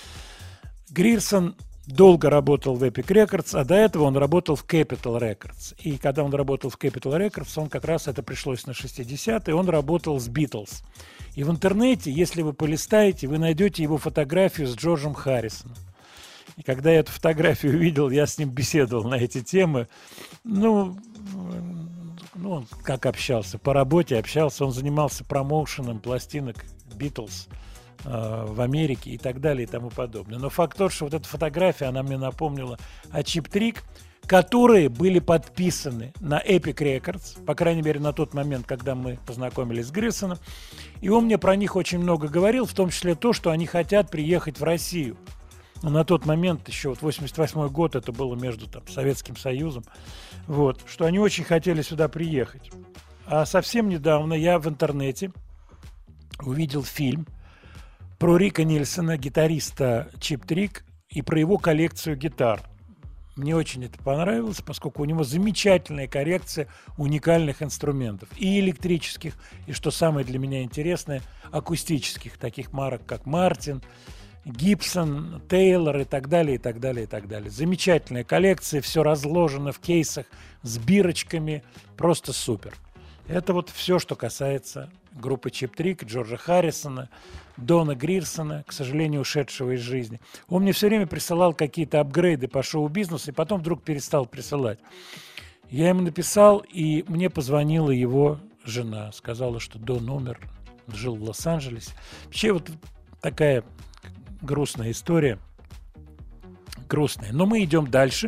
Грирсон долго работал в Epic Records, а до этого он работал в Capitol Records. И когда он работал в Capitol Records, он как раз, это пришлось на шестидесятые, он работал с Beatles. И в интернете, если вы полистаете, вы найдете его фотографию с Джорджем Харрисоном. И когда я эту фотографию увидел, я с ним беседовал на эти темы. Ну, ну он как общался? По работе общался, он занимался промоушеном пластинок Beatles в Америке и так далее и тому подобное. Но факт тот, что вот эта фотография, она мне напомнила о Cheap Trick, которые были подписаны на Epic Records, по крайней мере, на тот момент, когда мы познакомились с Грирсоном. И он мне про них очень много говорил, в том числе то, что они хотят приехать в Россию. Но на тот момент, еще вот восемьдесят восьмой год, это было между там, Советским Союзом, вот, что они очень хотели сюда приехать. А совсем недавно я в интернете увидел фильм про Рика Нильсона, гитариста Cheap Trick, и про его коллекцию гитар. Мне очень это понравилось, поскольку у него замечательная коллекция уникальных инструментов. И электрических, и, что самое для меня интересное, акустических, таких марок, как Мартин, Гибсон, Тейлор и так далее, и так далее, и так далее. Замечательная коллекция, все разложено в кейсах с бирочками, просто супер. Это вот все, что касается группы Чип Трик, Джорджа Харрисона, Дона Грирсона, к сожалению, ушедшего из жизни. Он мне все время присылал какие-то апгрейды по шоу-бизнесу, и потом вдруг перестал присылать. Я ему написал, и мне позвонила его жена, сказала, что Дон умер, жил в Лос-Анджелесе. Вообще вот такая грустная история, грустная. Но мы идем дальше.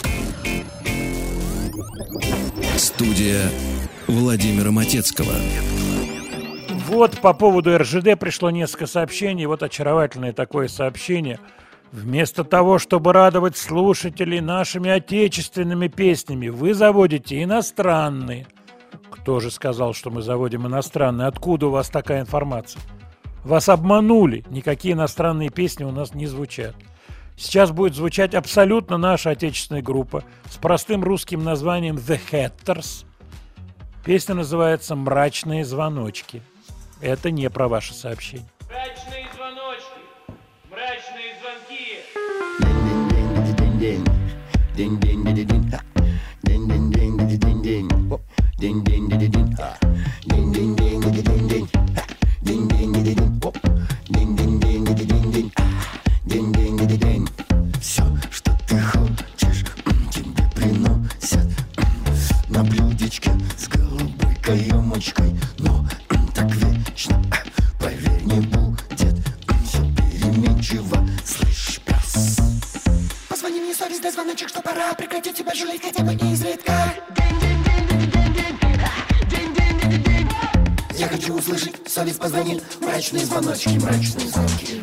Студия Владимира Матецкого. Вот по поводу эр жэ дэ пришло несколько сообщений. Вот очаровательное такое сообщение. Вместо того, чтобы радовать слушателей нашими отечественными песнями, вы заводите иностранные. Кто же сказал, что мы заводим иностранные? Откуда у вас такая информация? Вас обманули. Никакие иностранные песни у нас не звучат. Сейчас будет звучать абсолютно наша отечественная группа с простым русским названием The Hatters. Песня называется «Мрачные звоночки». Это не про ваше сообщение. Мрачные звоночки, мрачные звонки. Все, что ты хочешь, тебе приносят на блюдечке с голубой каемочкой. Но так вечно, поверь, не будет. Все переменчиво, слышь, пес. Позвони мне, совесть, дай звоночек, что пора прекратить тебя жалеть хотя бы изредка. Я хочу услышать, совесть позвонит. Мрачные звоночки, мрачные звонки.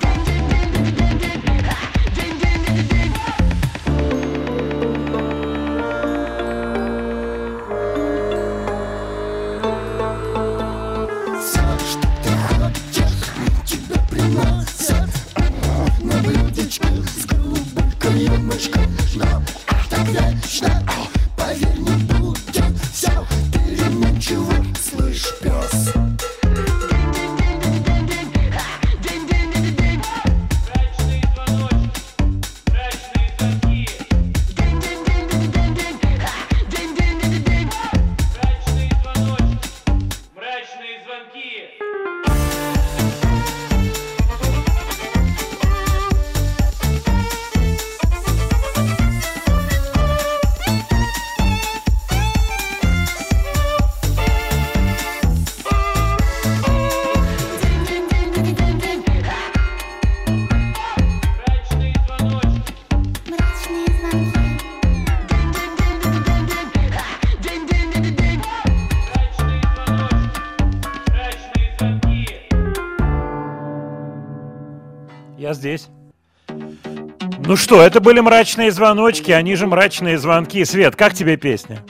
Я здесь. Ну что, это были мрачные звоночки, они же мрачные звонки. Свет, как тебе песня?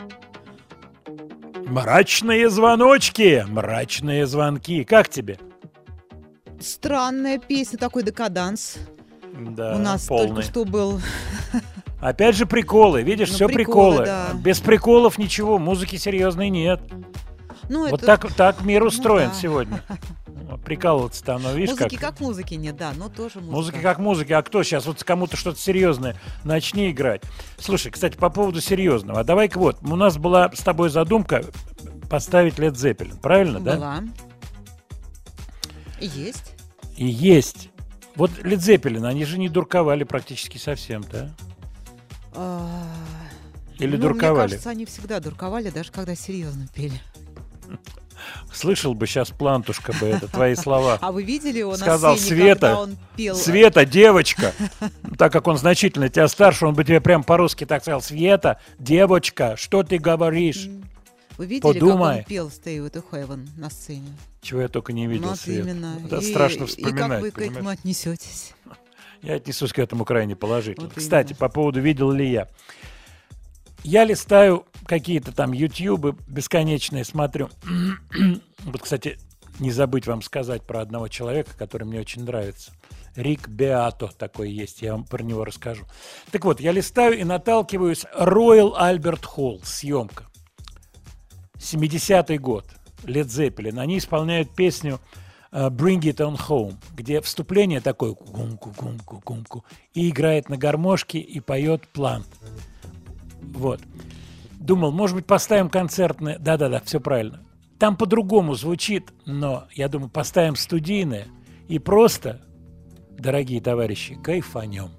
Мрачные звоночки, мрачные звонки. Как тебе? Странная песня, такой декаданс. Да, У нас полный. только что был. Опять же приколы, видишь, Ну, все приколы, приколы. да. Без приколов ничего, музыки серьезной нет. Ну, Вот это... так, так мир устроен да. сегодня. Прикалываться-то оно, видишь, Музыки как... как музыки нет, да, но тоже музыка. Музыка как музыка, а кто сейчас вот кому-то что-то серьезное начни играть. Слушай, кстати, по поводу серьезного, а давай-ка вот, у нас была с тобой задумка поставить Led Zeppelin, правильно, да? Была. И есть. И есть. Вот Led Zeppelin, они же не дурковали практически совсем, да? А, Или ну, дурковали? Мне кажется, они всегда дурковали, даже когда серьезно пели. Слышал бы сейчас Плантушка бы это, твои слова. А вы видели его Сказал: на сцене, Света, когда он пел? Света, девочка. Так как он значительно тебя старше, он бы тебе прям по-русски так сказал: Света, девочка, что ты говоришь? Вы видели, Подумай. как он пел Stay with the Heaven на сцене? Чего я только не видел, Вот Свет. именно. Это и, страшно И вспоминать. как вы к понимаешь? этому отнесетесь? Я отнесусь к этому крайне положительно. Вот Кстати, именно. по поводу видел ли я. Я листаю какие-то там ютубы бесконечные, смотрю. Вот, кстати, не забыть вам сказать про одного человека, который мне очень нравится. Рик Беато такой есть, я вам про него расскажу. Так вот, я листаю и наталкиваюсь. Royal Albert Hall, съемка. семидесятый год, Led Zeppelin. Они исполняют песню Bring It On Home, где вступление такое кумку-кумку-кумку, и играет на гармошке и поет Plant. Вот. Думал, может быть, поставим концертное. Да-да-да, все правильно. Там по-другому звучит, но, я думаю, поставим студийное и просто, дорогие товарищи, кайфанем.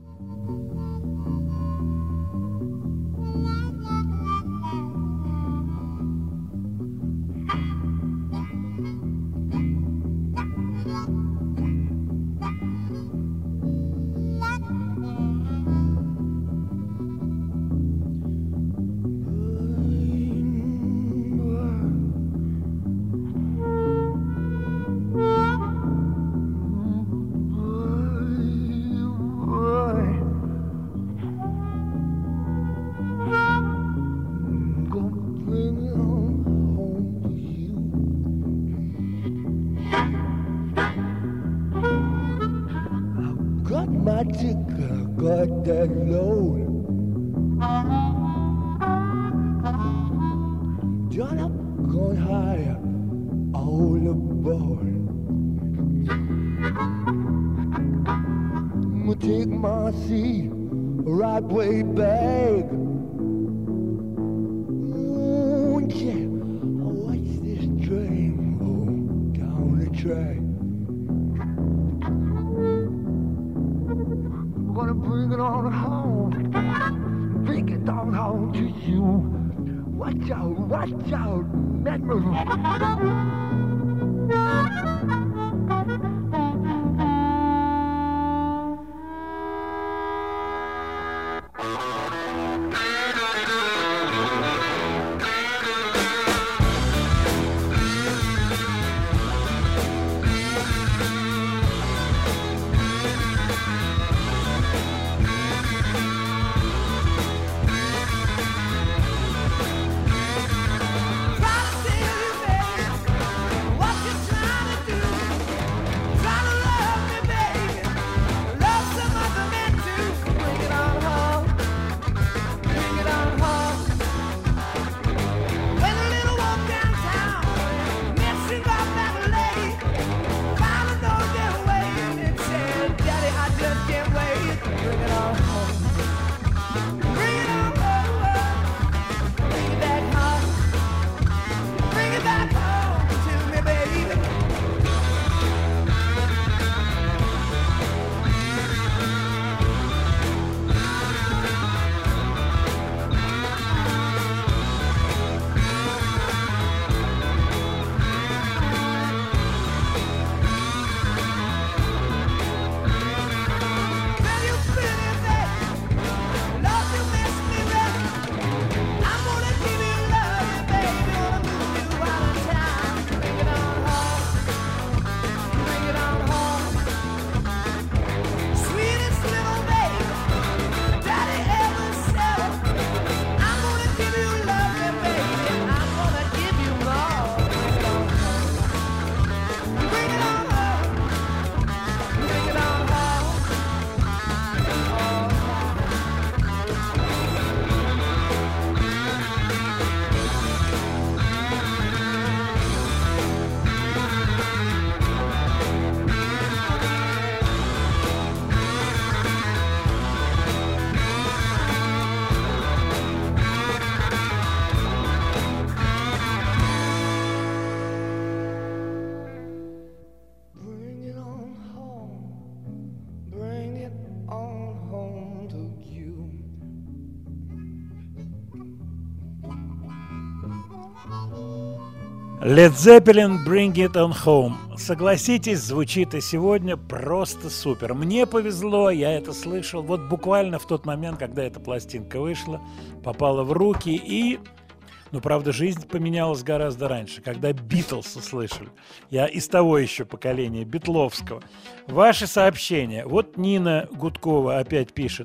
Led Zeppelin, Bring It On Home. Согласитесь, звучит и сегодня просто супер. Мне повезло, я это слышал вот буквально в тот момент, когда эта пластинка вышла, попала в руки и... Ну, правда, жизнь поменялась гораздо раньше, когда Битлз услышали. Я из того еще поколения, битловского. Ваши сообщения. Вот Нина Гудкова опять пишет,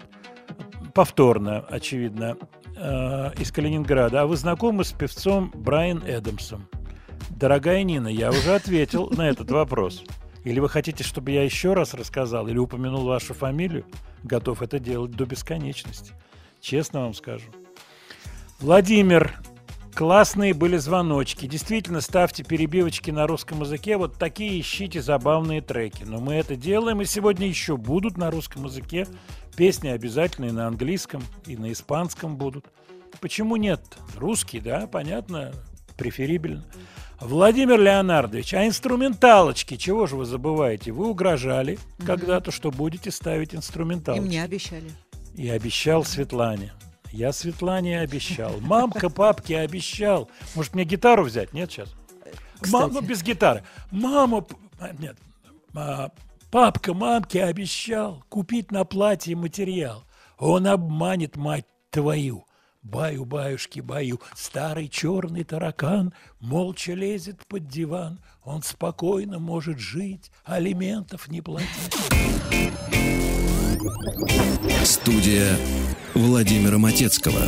повторно, очевидно, э, из Калининграда. А вы знакомы с певцом Брайан Эдамсом? Дорогая Нина, я уже ответил на этот вопрос. Или вы хотите, чтобы я еще раз рассказал или упомянул вашу фамилию? Готов это делать до бесконечности. Честно вам скажу. Владимир Классные были звоночки. Действительно, ставьте перебивочки на русском языке. Вот такие ищите забавные треки. Но мы это делаем, и сегодня еще будут на русском языке. Песни обязательно и на английском, и на испанском будут. Почему нет? Русский, да, понятно, преферибельно. Владимир Леонардович, а инструменталочки, чего же вы забываете? Вы угрожали mm-hmm. когда-то, что будете ставить инструменталочки. И мне обещали. И обещал Светлане. Я Светлане обещал. Мамка папке обещал. Может, мне гитару взять? Нет, сейчас? Мама без гитары. Мама... Нет. Папка мамке обещал купить на платье материал. Он обманет мать твою. Баю-баюшки, баю. Старый черный таракан молча лезет под диван. Он спокойно может жить, алиментов не платить. Студия Владимира Матецкого.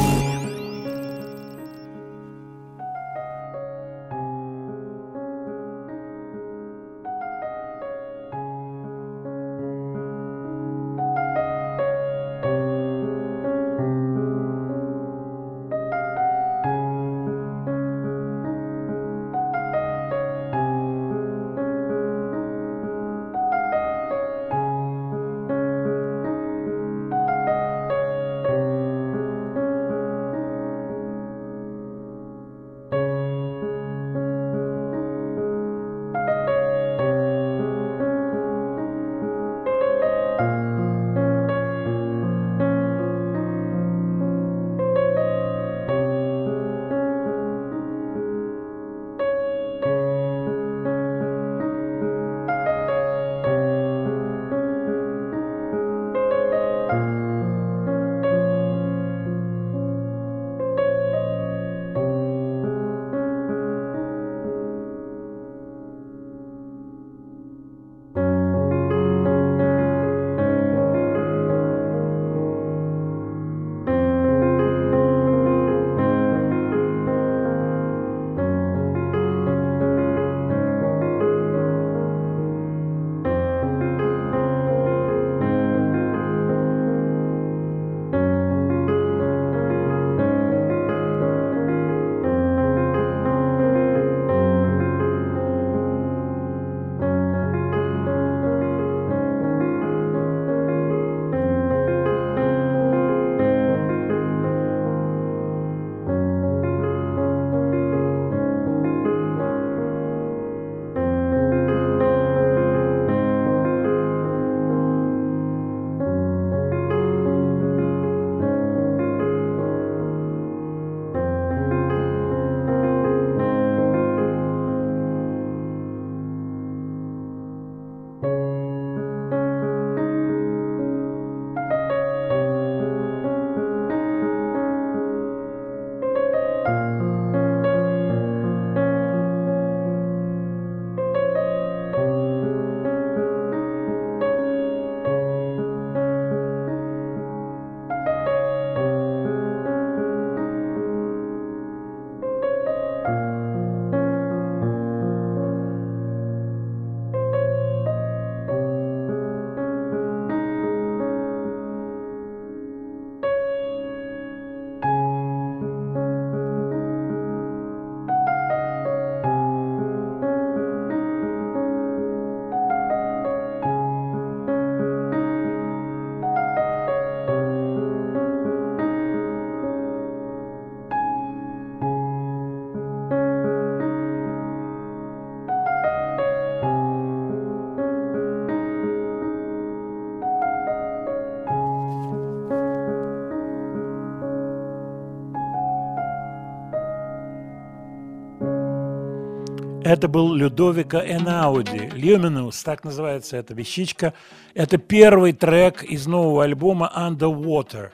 Это был Людовико Энауди, Luminous, так называется эта вещичка. Это первый трек из нового альбома Underwater.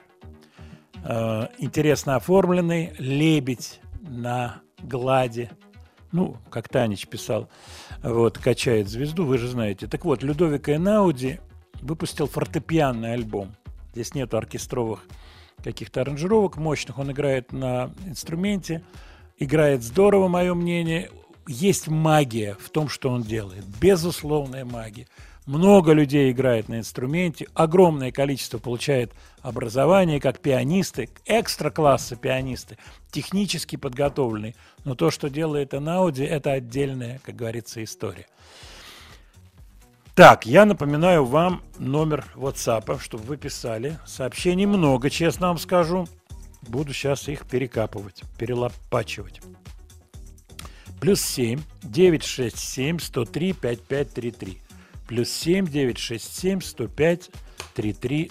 Э, интересно оформленный, лебедь на глади. Ну, как Танич писал, вот, качает звезду, вы же знаете. Так вот, Людовико Энауди выпустил фортепианный альбом. Здесь нету оркестровых каких-то аранжировок мощных. Он играет на инструменте, играет здорово, мое мнение. Есть магия в том, что он делает. Безусловная магия. Много людей играет на инструменте, огромное количество получает образование как пианисты, экстра-класса пианисты, технически подготовленные. Но то, что делает Энауди, это отдельная, как говорится, история. Так, я напоминаю вам номер WhatsApp, чтобы вы писали. Сообщений много, честно вам скажу. Буду сейчас их перекапывать, перелопачивать. Плюс семь девятьсот шестьдесят семь сто три пятьдесят пять тридцать три. Плюс семь девятьсот шестьдесят семь сто пять тридцать три.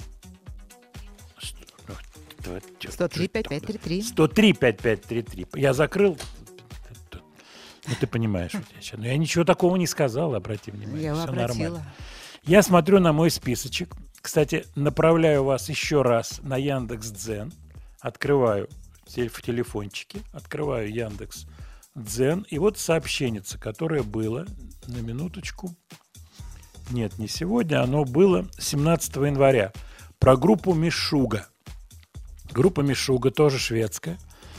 сто три пятьдесят пять тридцать три. сто три пятьдесят пять тридцать три. Я закрыл. Ну, ты понимаешь. Но я ничего такого не сказал, обрати внимание. Я Все обратила. нормально. Я смотрю на мой списочек. Кстати, направляю вас еще раз на Яндекс.Дзен. Открываю в телефончике. Открываю Яндекс.Дзен. И вот сообщенница, которое было на минуточку. Нет, не сегодня. Оно было семнадцатого января. Про группу Мишуга. Группа Мишуга, тоже шведская.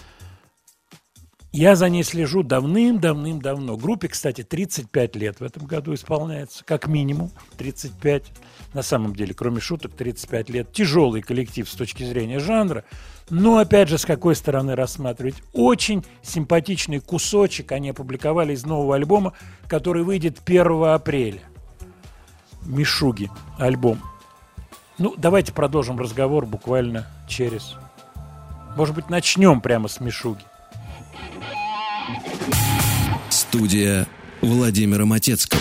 Я за ней слежу давным-давным-давно. Группе, кстати, тридцать пять лет в этом году исполняется. Как минимум тридцать пять. На самом деле, кроме шуток, тридцать пять лет. Тяжелый коллектив с точки зрения жанра. Но, опять же, с какой стороны рассматривать? Очень симпатичный кусочек они опубликовали из нового альбома, который выйдет первого апреля. Мишуги альбом. Ну, давайте продолжим разговор буквально через... Может быть, начнем прямо с Мишуги. Студия Владимира Матецкого.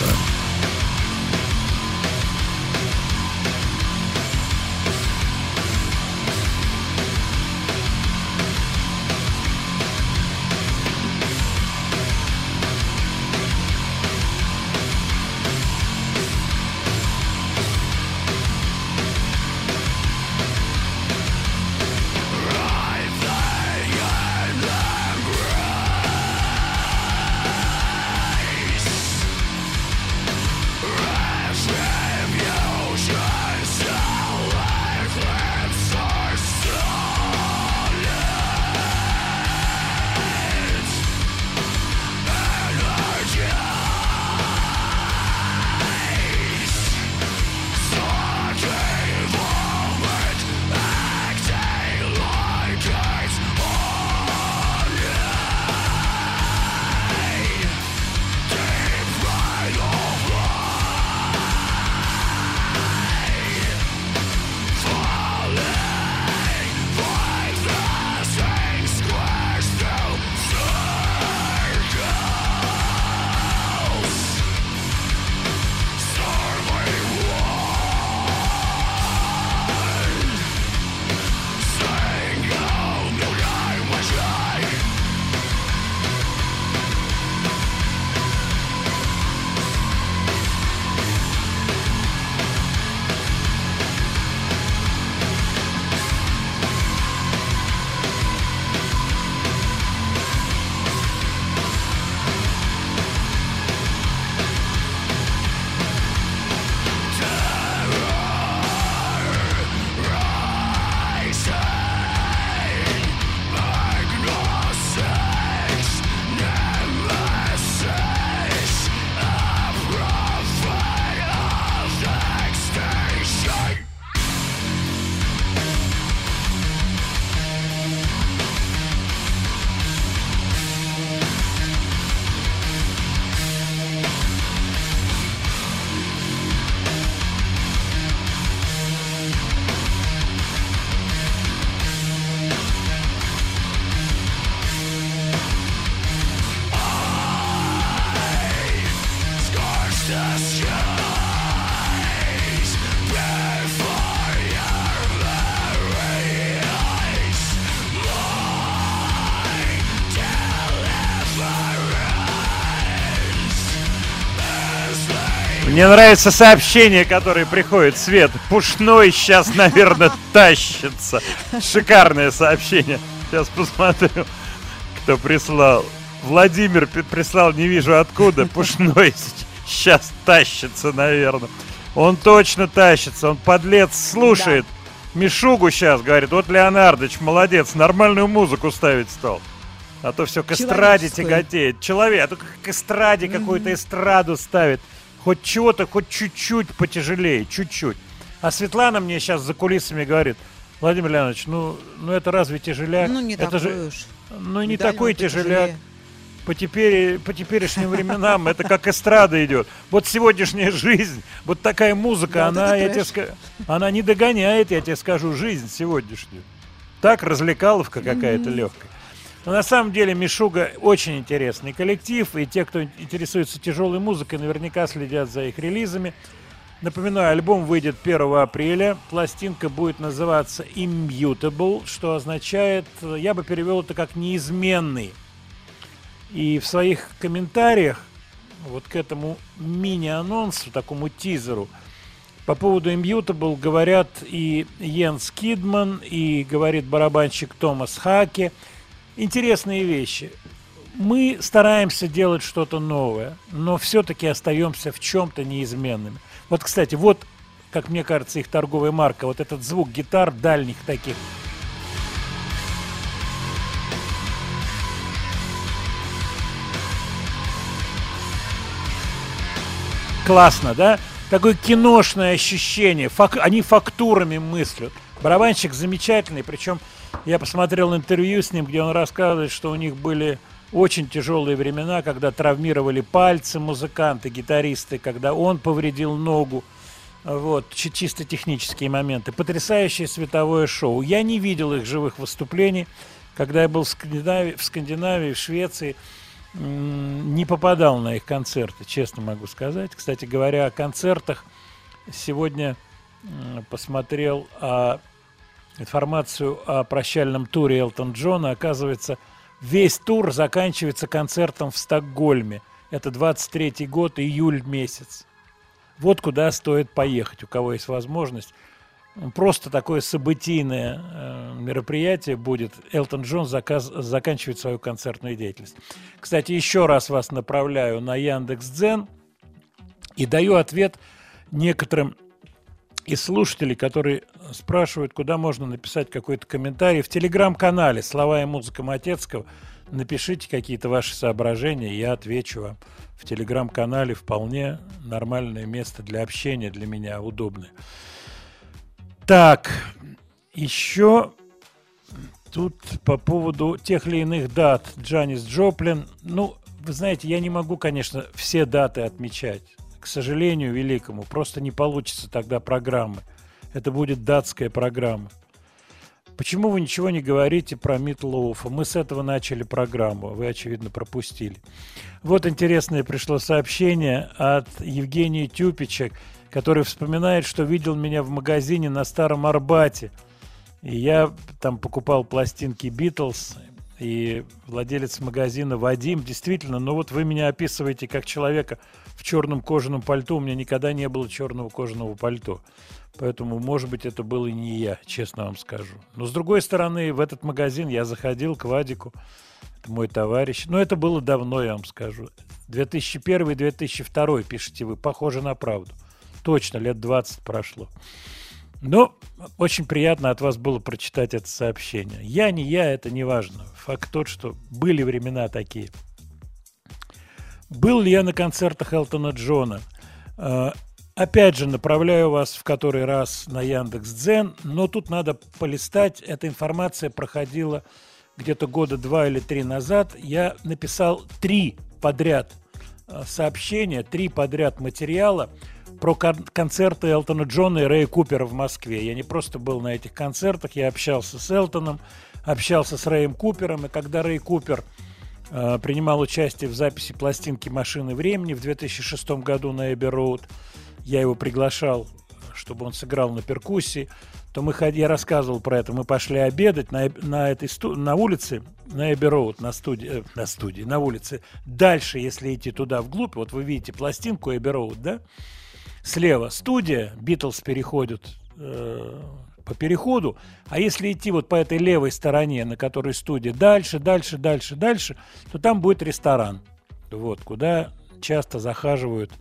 Мне нравится сообщение, которое приходит. Свет, Пушной сейчас, наверное, тащится. Шикарное сообщение. Сейчас посмотрю, кто прислал. Владимир прислал, не вижу откуда. Пушной сейчас тащится, наверное. Он точно тащится, он подлец слушает. Да. Мишугу сейчас, говорит, вот Леонардович, молодец, нормальную музыку ставить стал. А то все к эстраде тяготеет. Человек, а то к эстраде mm-hmm. какую-то эстраду ставит. Хоть чего-то, хоть чуть-чуть потяжелее, чуть-чуть. А Светлана мне сейчас за кулисами говорит: Владимир Леонидович, ну, ну это разве тяжеляк? Ну, не это такой же, уж. ну, не Медаль такой он тяжеляк. потяжелее. По, теперь, по теперешним временам это как эстрада идет. Вот сегодняшняя жизнь, вот такая музыка, Да, она, вот это я тебе трэш. ска- она не догоняет, я тебе скажу, жизнь сегодняшнюю. Так, развлекаловка какая-то легкая. Но на самом деле Мишуга очень интересный коллектив, и те, кто интересуется тяжелой музыкой, наверняка следят за их релизами. Напоминаю, альбом выйдет первого апреля, пластинка будет называться Immutable, что означает, я бы перевел это как неизменный. И в своих комментариях вот к этому мини-анонсу, такому тизеру, по поводу Immutable говорят и Йенс Кидман, и говорит барабанщик Томас Хаке. Интересные вещи. Мы стараемся делать что-то новое, но все-таки остаемся в чем-то неизменными. Вот, кстати, вот, как мне кажется, их торговая марка, вот этот звук гитар дальних таких. Классно, да? Такое киношное ощущение. Фак... Они фактурами мыслят. Барабанщик замечательный. Причем я посмотрел интервью с ним, где он рассказывает, что у них были очень тяжелые времена, когда травмировали пальцы музыканты, гитаристы, когда он повредил ногу. Вот, чи- чисто технические моменты. Потрясающее световое шоу. Я не видел их живых выступлений. Когда я был в Скандинавии, в, Скандинавии, в Швеции, не попадал на их концерты, честно могу сказать. Кстати говоря, о концертах, сегодня посмотрел а, информацию о прощальном туре Элтон Джона. Оказывается, весь тур заканчивается концертом в Стокгольме. Это двадцать третий год, июль месяц. Вот куда стоит поехать, у кого есть возможность. Просто такое событийное э, мероприятие будет. Элтон Джон заказ, заканчивает свою концертную деятельность. Кстати, еще раз вас направляю на Яндекс.Дзен и даю ответ некоторым из слушателей, которые спрашивают, куда можно написать какой-то комментарий. В телеграм-канале «Слова и музыка Матецкого» напишите какие-то ваши соображения, я отвечу вам. В телеграм-канале вполне нормальное место для общения, для меня удобное. Так, еще тут по поводу тех или иных дат. Джанис Джоплин. Ну, вы знаете, я не могу, конечно, все даты отмечать. К сожалению, великому. Просто не получится тогда программы. Это будет датская программа. Почему вы ничего не говорите про Митлоуфа? Мы с этого начали программу. Вы, очевидно, пропустили. Вот интересное пришло сообщение от Евгения Тюпича, который вспоминает, что видел меня в магазине на Старом Арбате. И я там покупал пластинки Битлз, и владелец магазина Вадим, действительно, ну вот вы меня описываете как человека в черном кожаном пальто. У меня никогда не было черного кожаного пальто. Поэтому, может быть, это был и не я, честно вам скажу. Но, с другой стороны, в этот магазин я заходил к Вадику. Это мой товарищ. Но это было давно, я вам скажу. две тысячи первый - две тысячи второй, пишете вы. Похоже на правду. Точно, лет двадцать прошло. Но очень приятно от вас было прочитать это сообщение. Я, не я, это не важно. Факт тот, что были времена такие. Был ли я на концертах Элтона Джона? Опять же, направляю вас в который раз на Яндекс.Дзен, но тут надо полистать. Эта информация проходила где-то года два или три назад. Я написал три подряд сообщения, три подряд материала про кон- концерты Элтона Джона и Рэя Купера в Москве. Я не просто был на этих концертах, я общался с Элтоном, общался с Рэем Купером, и когда Рэй Купер э, принимал участие в записи пластинки «Машины времени» в две тысячи шестом году на Эбби-Роуд, я его приглашал, чтобы он сыграл на перкуссии, то мы, я рассказывал про это, мы пошли обедать на, на, этой сту, на улице, на Эбби-Роуд, на студии, э, на студии, на улице. Дальше, если идти туда вглубь, вот вы видите пластинку Эбби-Роуд, да? Слева студия, Битлз переходят э, по переходу, а если идти вот по этой левой стороне, на которой студия, дальше, дальше, дальше, дальше, то там будет ресторан, вот, куда часто захаживают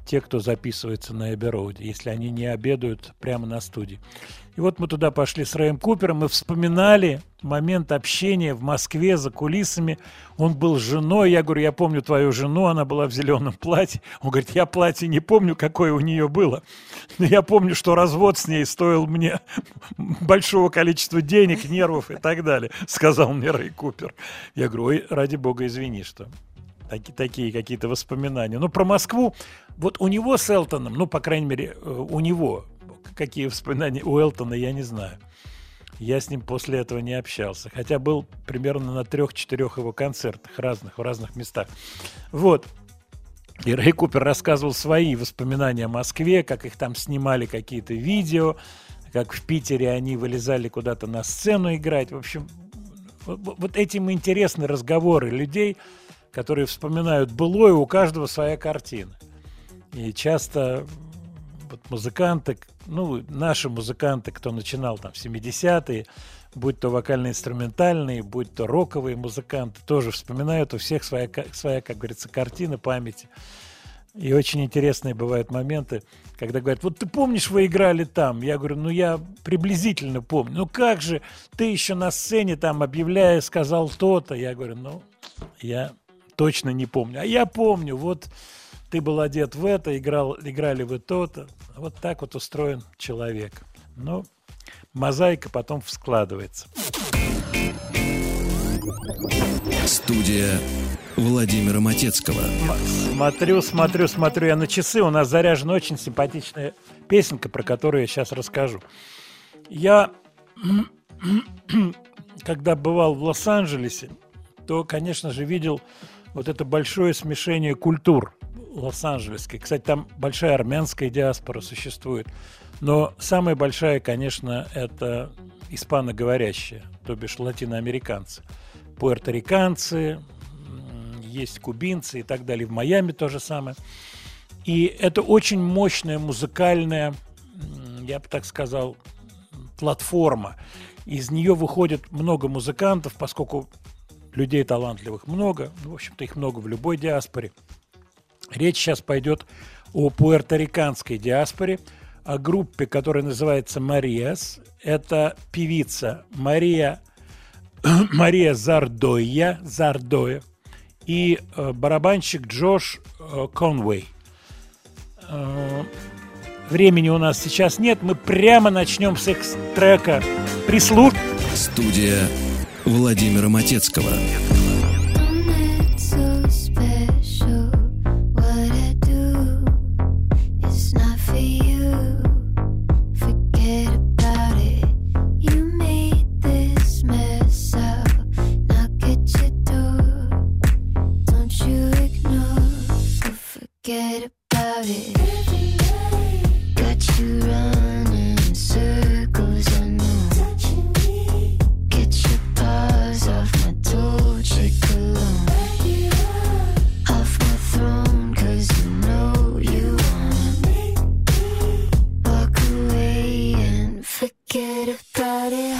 те, кто записывается на Эбби-Роуде, если они не обедают прямо на студии. И вот мы туда пошли с Рэем Купером и вспоминали момент общения в Москве за кулисами. Он был с женой. Я говорю, я помню твою жену, она была в зеленом платье. Он говорит, я платье не помню, какое у нее было. Но я помню, что развод с ней стоил мне большого количества денег, нервов и так далее, сказал мне Рэй Купер. Я говорю, ой, ради бога, извини, что такие, такие какие-то воспоминания. Но про Москву, вот у него с Элтоном, ну, по крайней мере, у него... Какие воспоминания у Элтона, я не знаю. Я с ним после этого не общался. Хотя был примерно на трех-четырех его концертах разных, в разных местах. Вот. И Рэй Купер рассказывал свои воспоминания о Москве, как их там снимали какие-то видео, как в Питере они вылезали куда-то на сцену играть. В общем, вот, вот этим интересны разговоры людей, которые вспоминают былое, у каждого своя картина. И часто... Вот музыканты, ну, наши музыканты, кто начинал там в семидесятые, будь то вокально-инструментальные, будь то роковые музыканты, тоже вспоминают, у всех своя, своя, как говорится, картина памяти. И очень интересные бывают моменты, когда говорят, вот ты помнишь, вы играли там? Я говорю, ну, я приблизительно помню. Ну, как же, ты еще на сцене там, объявляя, сказал то-то. Я говорю, ну, я точно не помню. А я помню, вот... Ты был одет в это, играл, играли вы то-то. Вот так вот устроен человек. Но мозаика потом складывается. Студия Владимира Матецкого. Смотрю, смотрю, смотрю я на часы. У нас заряжена очень симпатичная песенка, про которую я сейчас расскажу. Я, когда бывал в Лос-Анджелесе, то, конечно же, видел вот это большое смешение культур лос-анджелесской. Кстати, там большая армянская диаспора существует. Но самая большая, конечно, это испаноговорящая, то бишь латиноамериканцы. Пуэрториканцы, есть кубинцы и так далее. В Майами то же самое. И это очень мощная музыкальная, я бы так сказал, платформа. Из нее выходит много музыкантов, поскольку людей талантливых много. Ну, в общем-то, их много в любой диаспоре. Речь сейчас пойдет о пуэрториканской диаспоре, о группе, которая называется «Мариас». Это певица Мария, Мария Зардойя, Зардоя и э, барабанщик Джош э, Конвей. Э, времени у нас сейчас нет, мы прямо начнем с их трека «Прислуж». Студия Владимира Матецкого. Forget about it. Got you running in circles, I know. Get your paws off my Dolce cologne. Off my throne, cause you know you wanna walk away and forget about it.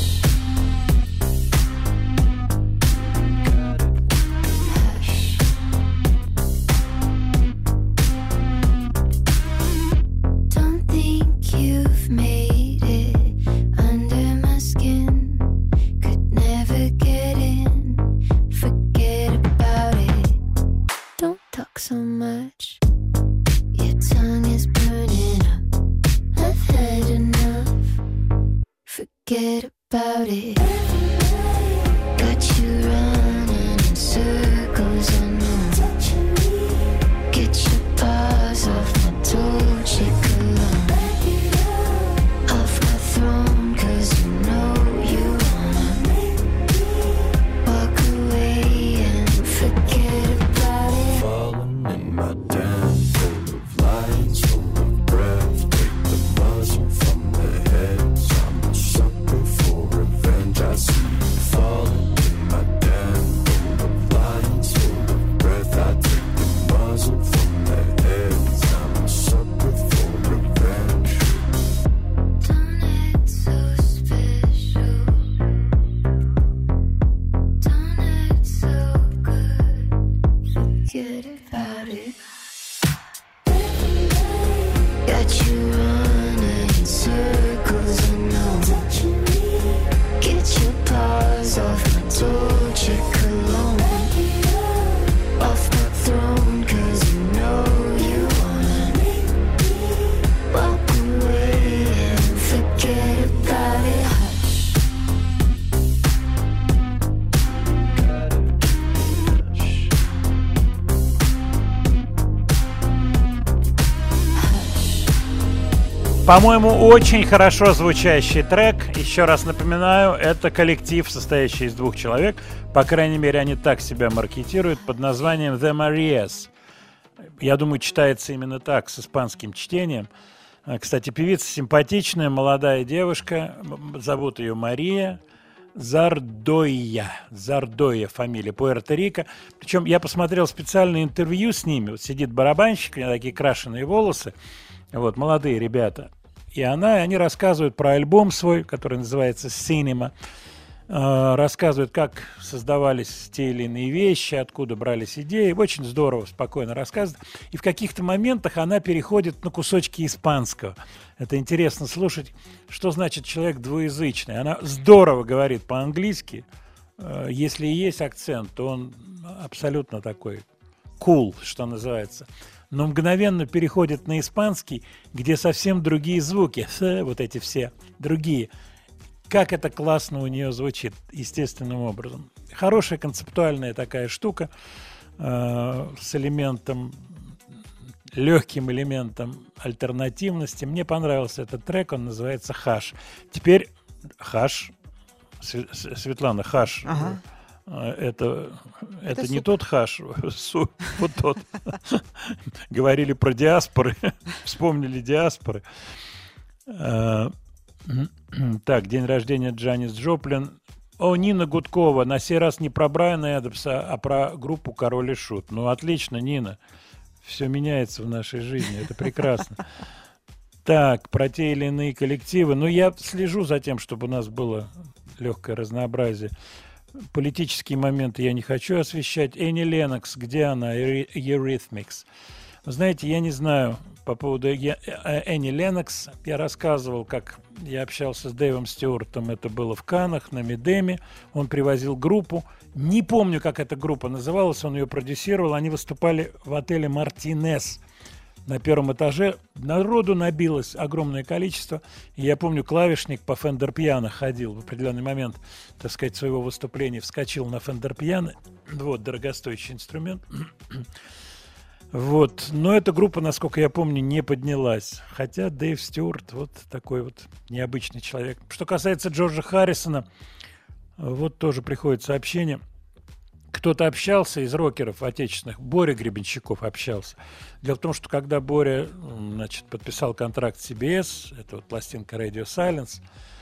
So much, your tongue is burning up. I've had enough. Forget about it. Got you running in circles, I know. Get your paws off my Dolce cologne. Off my throne, cause you know you wanna walk away and forget about it. In my den, full of lines, full of breath. Take the muzzle from their heads. I'm a sucker for revenge. I По-моему, очень хорошо звучащий трек. Еще раз напоминаю, это коллектив, состоящий из двух человек. По крайней мере, они так себя маркетируют под названием The Marias. Я думаю, читается именно так, с испанским чтением. Кстати, певица симпатичная, молодая девушка. Зовут ее Мария Зардойя. Зардойя фамилия, Пуэрто-Рико. Причем я посмотрел специальное интервью с ними. Вот сидит барабанщик, у него такие крашеные волосы. Вот, молодые ребята. И она, и они рассказывают про альбом свой, который называется «Cinema». Э, рассказывают, как создавались те или иные вещи, откуда брались идеи. Очень здорово, спокойно рассказывают. И в каких-то моментах она переходит на кусочки испанского. Это интересно слушать, что значит человек двуязычный. Она здорово говорит по-английски. Э, если и есть акцент, то он абсолютно такой cool, что называется. Но мгновенно переходит на испанский, где совсем другие звуки, вот эти все другие. Как это классно у нее звучит, естественным образом. Хорошая концептуальная такая штука э, с элементом, легким элементом альтернативности. Мне понравился этот трек, он называется «Хаш». Теперь «Хаш», Светлана, «Хаш». Ага. Это, это, это не суп. тот хаш, вот тот. Говорили про диаспоры, вспомнили диаспоры. Так, день рождения Джанис Джоплин. О, Нина Гудкова, на сей раз не про Брайана Эдамса, а про группу «Король и Шут». Ну, отлично, Нина. Все меняется в нашей жизни, это прекрасно. Так, про те или иные коллективы. Ну, я слежу за тем, чтобы у нас было легкое разнообразие. Политические моменты я не хочу освещать. Энни Леннокс, где она? Eurythmics. Вы знаете, я не знаю по поводу Энни Леннокс. Я рассказывал, как я общался с Дэйвом Стюартом. Это было в Каннах, на Мидеме. Он привозил группу. Не помню, как эта группа называлась. Он ее продюсировал. Они выступали в отеле «Мартинес». На первом этаже народу набилось огромное количество. И я помню, клавишник по фендер-пиано ходил в определенный момент, так сказать, своего выступления, вскочил на фендер-пиано. Вот, дорогостоящий инструмент. Вот. Но эта группа, насколько я помню, не поднялась. Хотя Дэйв Стюарт вот такой вот необычный человек. Что касается Джорджа Харрисона, вот тоже приходит сообщение. Кто-то общался из рокеров отечественных, Боря Гребенщиков общался. Дело в том, что когда Боря, значит, подписал контракт с си би эс, это вот пластинка Radio Silence,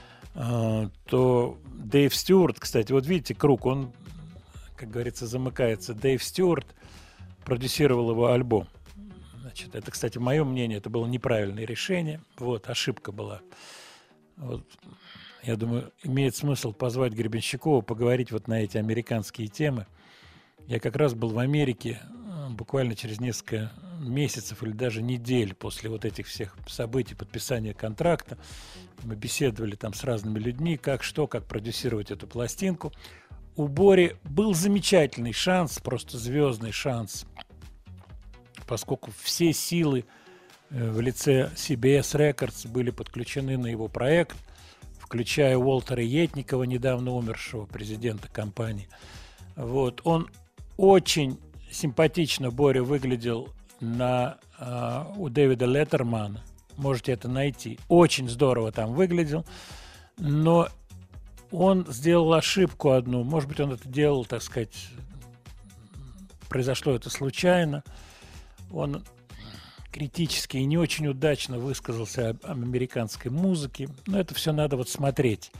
то Дэйв Стюарт, кстати, вот видите, круг, он, как говорится, замыкается. Дэйв Стюарт продюсировал его альбом. Значит, это, кстати, мое мнение, это было неправильное решение. Вот, ошибка была. Вот. Я думаю, имеет смысл позвать Гребенщикова, поговорить вот на эти американские темы. Я как раз был в Америке буквально через несколько месяцев или даже недель после вот этих всех событий, подписания контракта. Мы беседовали там с разными людьми, как что, как продюсировать эту пластинку. У Бори был замечательный шанс, просто звездный шанс, поскольку все силы в лице си би эс Records были подключены на его проект, включая Уолтера Етникова, недавно умершего президента компании. Вот. Он очень симпатично, Боря, выглядел на, э, у Дэвида Леттермана. Можете это найти. Очень здорово там выглядел. Но он сделал ошибку одну. Может быть, он это делал, так сказать, произошло это случайно. Он критически и не очень удачно высказался об, об американской музыке. Но это все надо вот смотреть.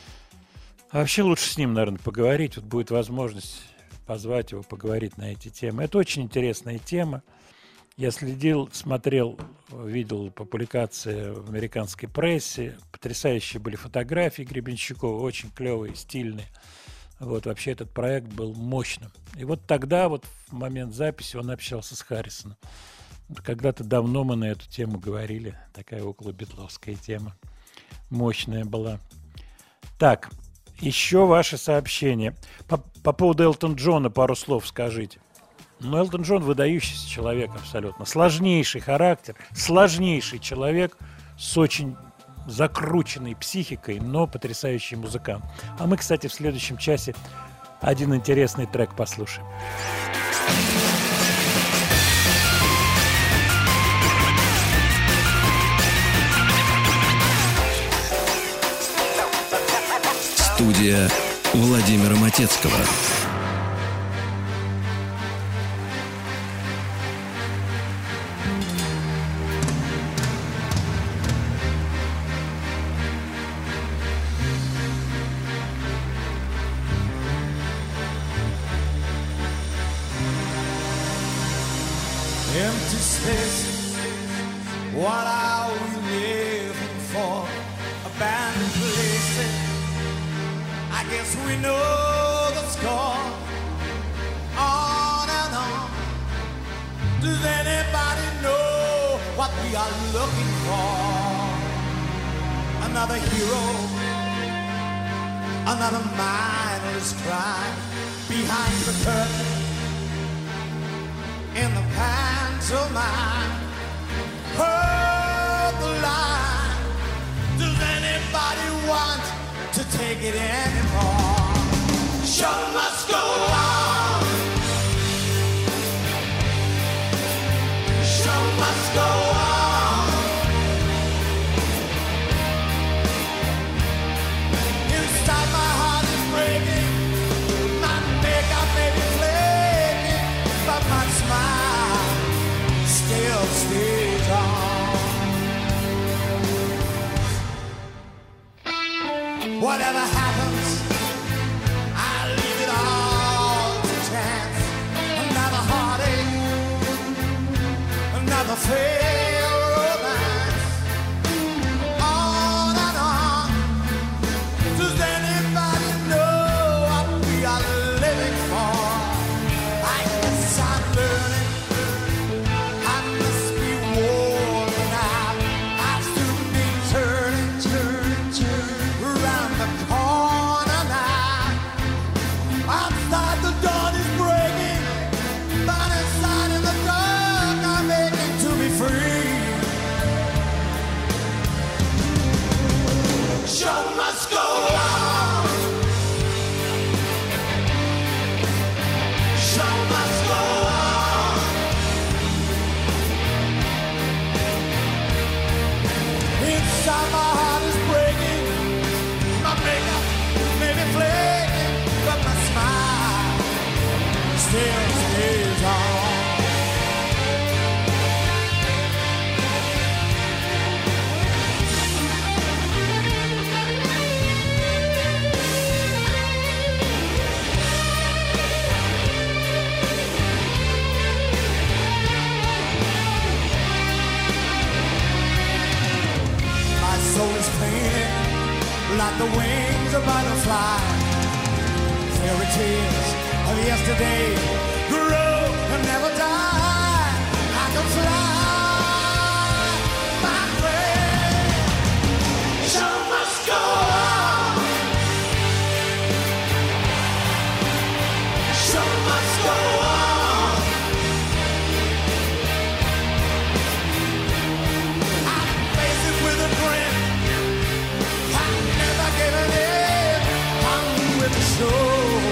А вообще лучше с ним, наверное, поговорить. Вот будет возможность позвать его, поговорить на эти темы. Это очень интересная тема. Я следил, смотрел, видел публикации в американской прессе. Потрясающие были фотографии Гребенщикова, очень клевые, стильные. Вот, вообще этот проект был мощным. И вот тогда, вот в момент записи, он общался с Харрисоном. Когда-то давно мы на эту тему говорили. Такая около битловская тема. Мощная была. Так, еще ваши сообщения. По, по поводу Элтона Джона пару слов скажите. Ну, Элтон Джон выдающийся человек абсолютно. Сложнейший характер, сложнейший человек с очень закрученной психикой, но потрясающий музыкант. А мы, кстати, в следующем часе один интересный трек послушаем. Студия Владимира Матецкого. Empty spaces, what are we living for? Abandoned places, I guess we know the score. On and on, does anybody know what we are looking for? Another hero, another mindless crime behind the curtain. In the pantomime, hold the line. Does anybody want to take it anymore? Show must go on. Show must go on. Inside my heart is breaking. My makeup may be flaking, but my smile still stays on. Whatever happens, I leave it all to chance. Another heartache, another failed romance. On and on. Does anybody know what we are living for? I guess I'm learning. I must be worn out. I'll soon be turning, turning, turning around the corner now. Outside the dawn is breaking, but inside in the dark I'm aching to be free. Show must go on. Show must go on. Inside my heart is breaking. My makeup may be flaking, but my smile still stays on. My soul is painted like the wings of butterfly. Fairy tales of yesterday grow and never die. I can fly my way. Show must go on. Show must go on. I face it with a grin. I'm never giving in. I'm with the show.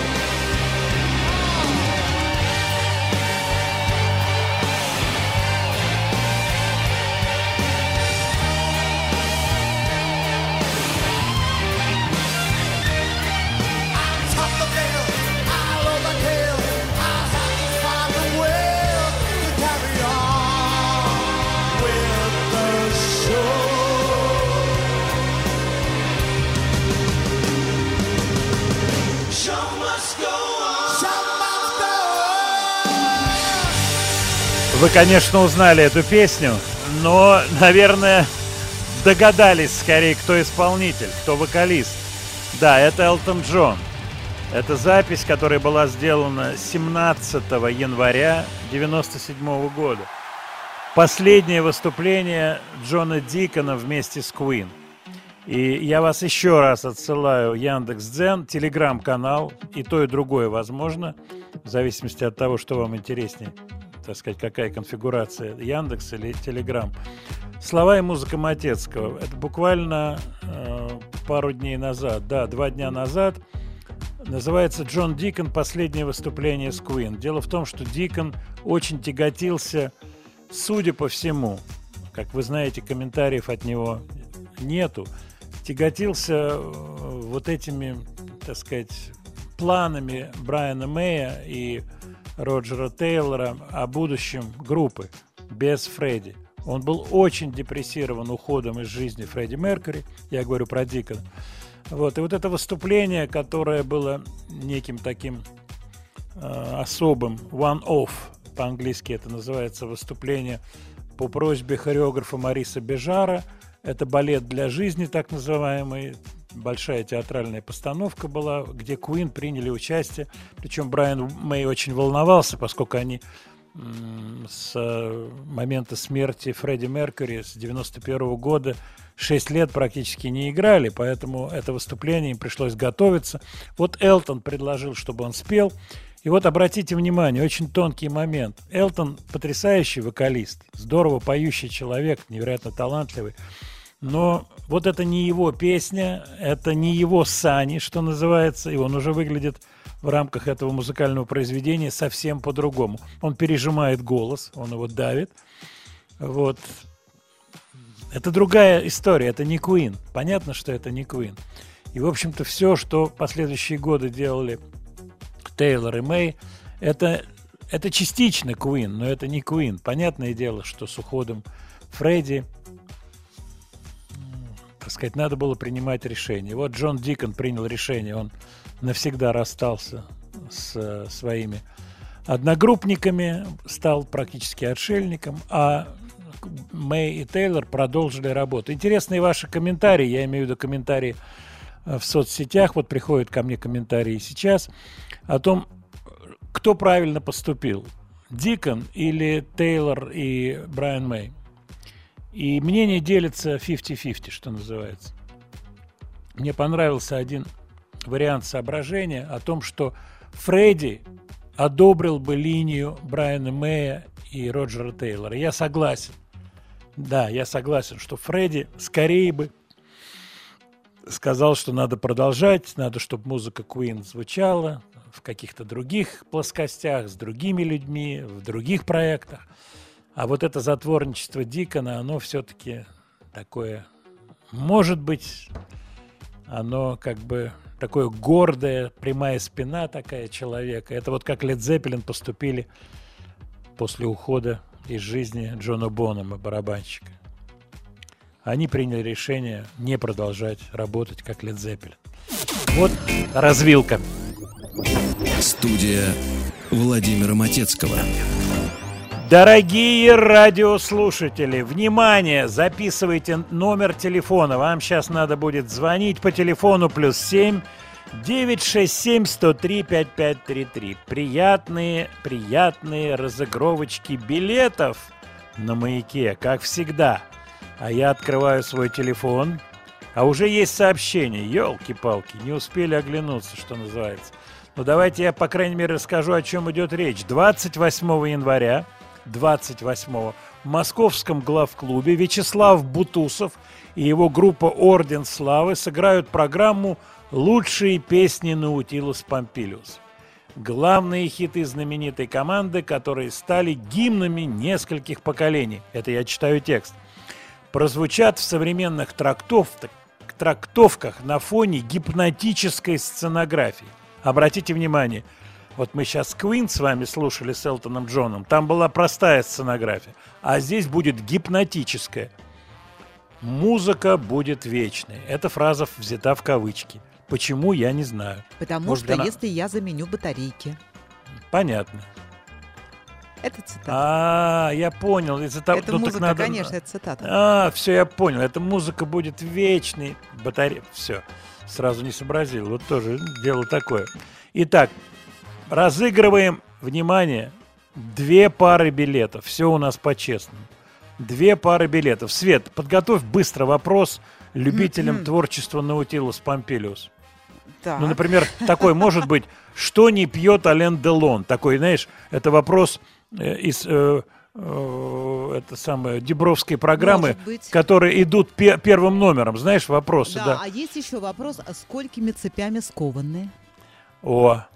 I'm top of the hill. I'll overkill. I'll have to find a will to carry on with the show. Show must go on. Show must go on. Вы, конечно, узнали эту песню, но, наверное, догадались скорее, кто исполнитель, кто вокалист. Да, это Элтон Джон. Это запись, которая была сделана семнадцатого января девяносто седьмого года. Последнее выступление Джона Дикона вместе с Queen. И я вас еще раз отсылаю в Яндекс.Дзен, телеграм-канал, и то, и другое возможно, в зависимости от того, что вам интереснее, так сказать, какая конфигурация, Яндекс или Телеграм. Слова и музыка Матецкого. Это буквально э, пару дней назад, да, два дня назад. Называется «Джон Дикон. Последнее выступление с Queen». Дело в том, что Дикон очень тяготился, судя по всему, как вы знаете, комментариев от него нету, тяготился вот этими так сказать, планами Брайана Мэя и Роджера Тейлора о будущем группы без Фредди. Он был очень депрессирован уходом из жизни Фредди Меркьюри. Я говорю про Дикона. Вот. И вот это выступление, которое было неким таким э, особым, one-off, по-английски это называется, выступление по просьбе хореографа Мариса Бежара. Это балет для жизни, так называемый. Большая театральная постановка была, где Queen приняли участие. Причем Брайан Мэй очень волновался, поскольку они м- с момента смерти Фредди Меркьюри с девяносто первого года шесть лет практически не играли, поэтому это выступление им пришлось готовиться. Вот Элтон предложил, чтобы он спел. И вот обратите внимание, очень тонкий момент. Элтон потрясающий вокалист, здорово поющий человек, невероятно талантливый. Но вот это не его песня, это не его сани, что называется, и он уже выглядит в рамках этого музыкального произведения совсем по-другому. Он пережимает голос, он его давит. Вот. Это другая история, это не Queen. Понятно, что это не Queen. И, в общем-то, все, что последующие годы делали Тейлор и Мэй, это, это частично Queen, но это не Queen. Понятное дело, что с уходом Фредди, так сказать, надо было принимать решение. Вот Джон Дикон принял решение, он навсегда расстался с своими одногруппниками, стал практически отшельником, а Мэй и Тейлор продолжили работу. Интересные ваши комментарии, я имею в виду комментарии в соцсетях, вот приходят ко мне комментарии сейчас о том, кто правильно поступил, Дикон или Тейлор и Брайан Мэй. И мнение делится пятьдесят на пятьдесят, что называется. Мне понравился один вариант соображения о том, что Фредди одобрил бы линию Брайана Мэя и Роджера Тейлора. Я согласен. Да, я согласен, что Фредди скорее бы сказал, что надо продолжать, надо, чтобы музыка Queen звучала в каких-то других плоскостях, с другими людьми, в других проектах. А вот это затворничество Дикона, оно все-таки такое, может быть, оно как бы такое гордое, прямая спина такая человека. Это вот как Led Zeppelin поступили после ухода из жизни Джона Бонема, барабанщика. Они приняли решение не продолжать работать как Led Zeppelin. Вот развилка. Студия Владимира Матецкого. Дорогие радиослушатели, внимание, записывайте номер телефона. Вам сейчас надо будет звонить по телефону плюс семь девятьсот шестьдесят семь сто три пятьдесят пять тридцать три. Приятные, приятные разыгровочки билетов на Маяке, как всегда. А я открываю свой телефон, а уже есть сообщение. Ёлки-палки, не успели оглянуться, что называется. Ну, давайте я, по крайней мере, расскажу, о чем идет речь. двадцать восьмого января, двадцать восьмого, в Московском главклубе Вячеслав Бутусов и его группа «Орден Славы» сыграют программу «Лучшие песни Наутилус Помпилиус». Главные хиты знаменитой команды, которые стали гимнами нескольких поколений. Это я читаю текст. Прозвучат в современных трактов, трактовках на фоне гипнотической сценографии. Обратите внимание, вот мы сейчас Queen с вами слушали с Элтоном Джоном, там была простая сценография, а здесь будет гипнотическая. Музыка будет вечной. Эта фраза взята в кавычки. Почему, я не знаю. Потому Может, что она... если я заменю батарейки. Понятно. Это цитата. А, я понял. Это, это ну, музыка, надо... конечно, это цитата. А, все, я понял. Эта музыка будет вечной. Батарея. Все. Сразу не сообразил. Вот тоже дело такое. Итак, разыгрываем, внимание, две пары билетов. Все у нас по-честному. Две пары билетов. Свет, подготовь быстро вопрос любителям творчества Наутилус Помпилиус. Так. Ну, например, такой может быть, что не пьет Ален Делон? Такой, знаешь, это вопрос э, из э, э, это самое, Дибровской программы, которые идут пе- первым номером. Знаешь, вопросы, да, да. А есть еще вопрос, а сколькими цепями скованы? О,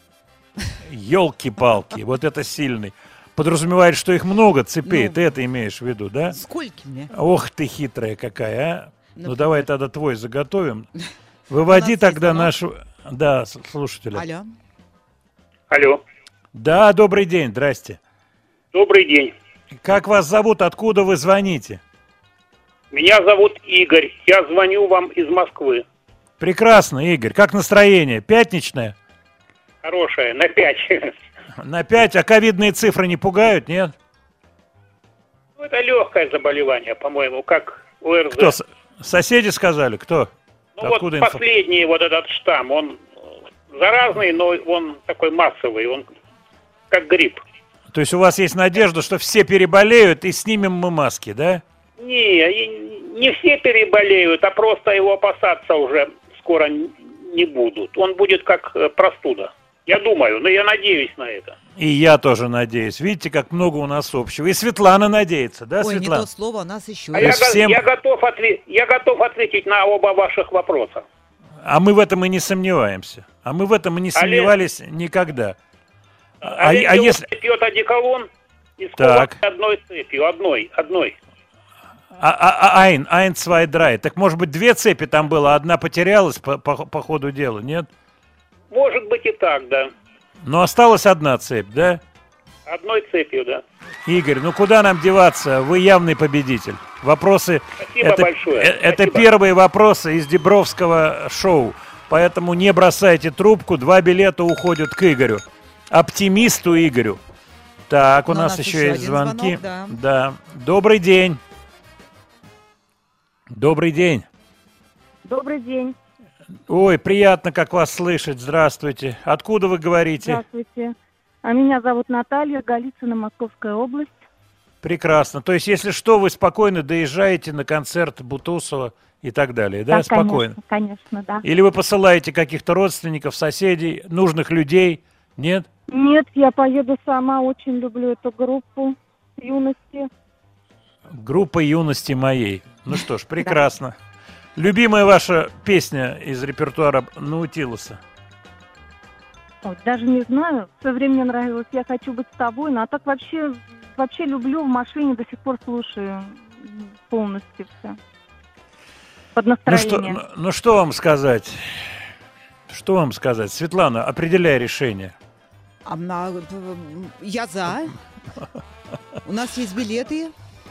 елки-палки, вот это сильный. Подразумевает, что их много цепей, Ну, ты это имеешь в виду, да? Сколькими? Ох ты хитрая какая, а. Ну, Например? давай тогда твой заготовим. Выводи тогда звонок. нашу... Да, с- слушателя. Алло. Алло. Да, добрый день, здрасте. Добрый день. Как вас зовут, откуда вы звоните? Меня зовут Игорь. Я звоню вам из Москвы. Прекрасно, Игорь. Как настроение? Пятничное? Хорошее, на пять. На пять, а ковидные цифры не пугают, нет? Ну, это легкое заболевание, по-моему, как ОРЗ. Кто? с- Соседи сказали? Кто? Ну Откуда вот инфо- последний вот этот штамм, он э, заразный, но он такой массовый, он как грипп. То есть у вас есть надежда, что все переболеют и снимем мы маски, да? Не, и не все переболеют, а просто его опасаться уже скоро н- не будут. Он будет как э, простуда. Я думаю, но я надеюсь на это. И я тоже надеюсь. Видите, как много у нас общего. И Светлана надеется, да, Ой, не Светлана? то слово, у нас еще А То я, есть го- всем- я готов отве- я готов ответить на оба ваших вопроса. А мы в этом и не сомневаемся. А мы в этом и не Олег- сомневались никогда. А, Олег а если... пьет одеколон и Так. скован одной цепью, одной, одной. А, а, а, Айн, Айн, zwei, drei. Так может быть две цепи там было, а одна потерялась по, по, по ходу дела, нет? Может быть и так, да. Но осталась одна цепь, да? Одной цепью, да. Игорь, ну куда нам деваться? Вы явный победитель. Вопросы... Спасибо это, большое. э- Это Спасибо. первые вопросы из Дебровского шоу. Поэтому не бросайте трубку. Два билета уходят к Игорю. Оптимисту Игорю. Так, у Но у нас, нас еще еще есть один звонки. звонок, Да. Добрый день. Добрый день. Добрый день. Ой, приятно, как вас слышать. Здравствуйте. Откуда вы говорите? Здравствуйте. А меня зовут Наталья, Голицыно, Московская область. Прекрасно. То есть, если что, вы спокойно доезжаете на концерт Бутусова и так далее, да? Спокойно. Конечно, конечно, да. Или вы посылаете каких-то родственников, соседей, нужных людей? Нет? Нет, я поеду сама, очень люблю эту группу юности. Группа юности моей. Ну что ж, прекрасно. Любимая ваша песня из репертуара Наутилуса? Ой, даже не знаю, все время мне нравилось «Я хочу быть с тобой», но а так вообще, вообще люблю, в машине до сих пор слушаю полностью все. Под Ну что, настроение. ну, ну что вам сказать? Что вам сказать? Светлана, определяй решение. А на- я за. У нас есть билеты,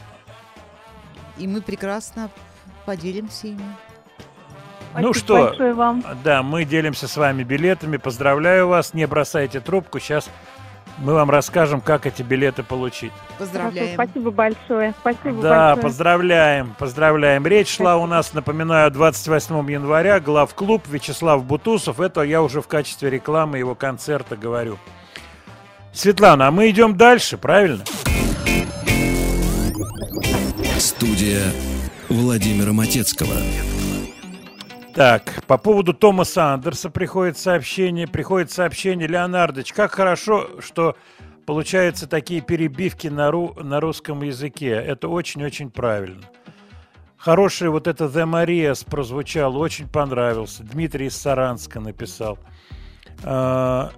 и мы прекрасно поделимся ими. Спасибо ну что, большое вам. да, мы делимся с вами билетами. Поздравляю вас. Не бросайте трубку. Сейчас мы вам расскажем, как эти билеты получить. Поздравляем. Хорошо, спасибо большое. Спасибо Да, большое. поздравляем, поздравляем. Речь шла у нас, напоминаю, двадцать восьмого января, главклуб Вячеслав Бутусов. Это я уже в качестве рекламы его концерта говорю. Светлана, а мы идем дальше, правильно? Студия Владимира Матецкого. Так, по поводу Томаса Андерса приходит сообщение. Приходит сообщение, Леонардович, как хорошо, что получаются такие перебивки на, ру, на русском языке. Это очень-очень правильно. Хороший вот это «The Marias» прозвучал, очень понравился. Дмитрий из Саранска написал. А,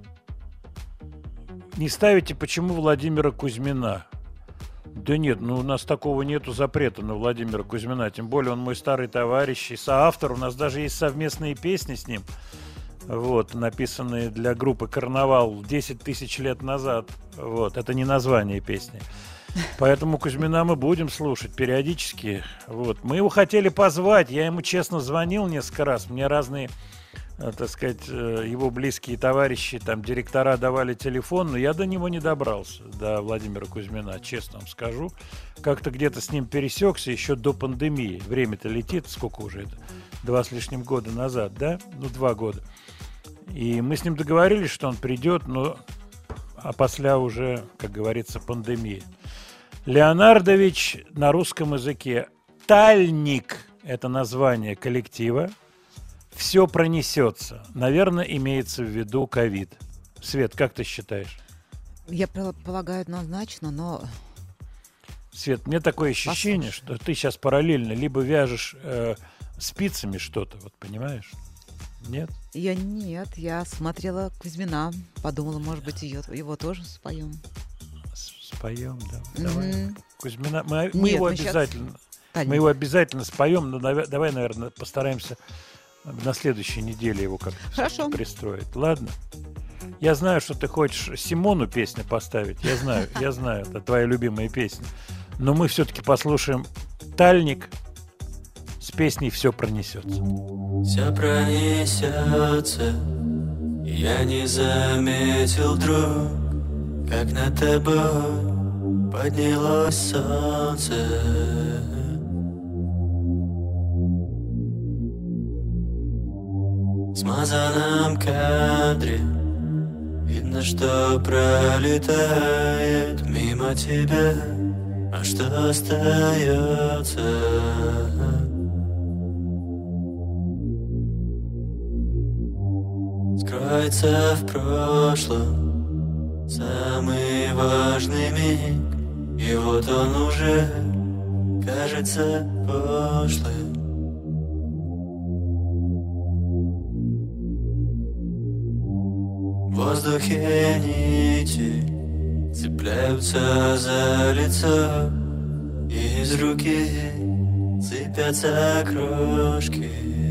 не ставите, почему Владимира Кузьмина? Да нет, ну у нас такого нету запрета на Владимира Кузьмина. Тем более он мой старый товарищ и соавтор. У нас даже есть совместные песни с ним. Вот, написанные для группы «Карнавал» десять тысяч лет назад. Вот, это не название песни. Поэтому Кузьмина мы будем слушать периодически. Вот. Мы его хотели позвать. Я ему честно звонил несколько раз. Мне разные, э, так сказать, э, его близкие товарищи, там, директора давали телефон, но я до него не добрался, до Владимира Кузьмина, честно вам скажу. Как-то где-то с ним пересекся еще до пандемии. Время-то летит, сколько уже это? Два с лишним года назад, да? Ну, два года. И мы с ним договорились, что он придет, но... А после уже, как говорится, пандемия. Леонардович на русском языке. Тальник – это название коллектива. Все пронесется. Наверное, имеется в виду ковид. Свет, как ты считаешь? Я пол- полагаю, однозначно, но Свет, мне такое ощущение, Послушай. что ты сейчас параллельно либо вяжешь э, спицами что-то, вот понимаешь? Нет? я нет. Я смотрела Кузьмина, подумала, может быть, ее, его тоже споем. С- Споем, да. Давай. Мгм. Кузьмина, мы, мы Нет, его мы щас- обязательно... Тальник. Мы его обязательно споем, но нав- давай, наверное, постараемся на следующей неделе его как-то Хорошо. пристроить. Ладно? Я знаю, что ты хочешь Симону песню поставить. Я знаю, я знаю, это твоя любимая песня. Но мы все-таки послушаем Тальник с песней «Все пронесется». Все пронесется, я не заметил вдруг, как над тобой поднялось солнце. В смазанном кадре видно, что пролетает мимо тебя, а что остается? Скроется в прошлом самый важный миг, и вот он уже кажется пошлым. В воздухе нити цепляются за лицо, и из руки сыпятся крошки.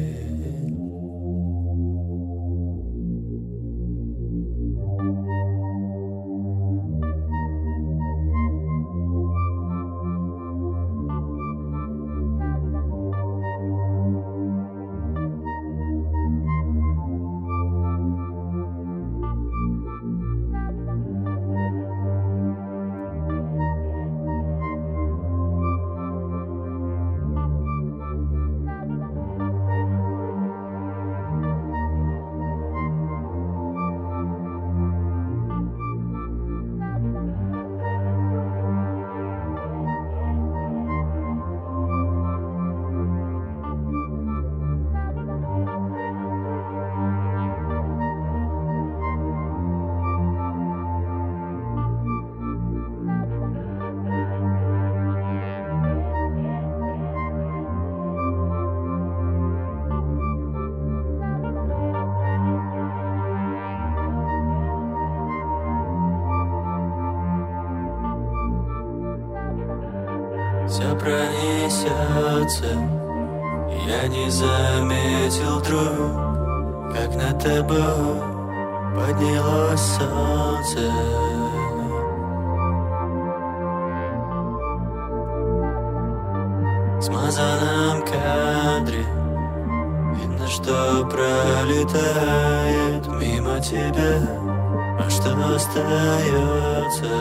Все пронесется, я не заметил вдруг, как над тобой поднялось солнце. В смазанном кадре видно, что пролетает мимо тебя, а что остается?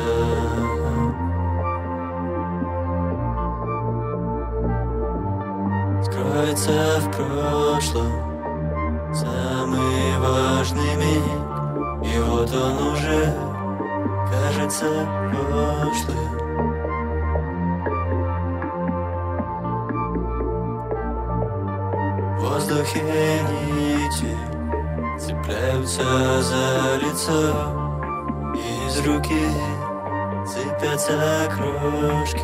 Скроется в прошлом самый важный миг, и вот он уже кажется пошлым. В воздухе нити цепляются за лицо, и из руки сыпятся крошки.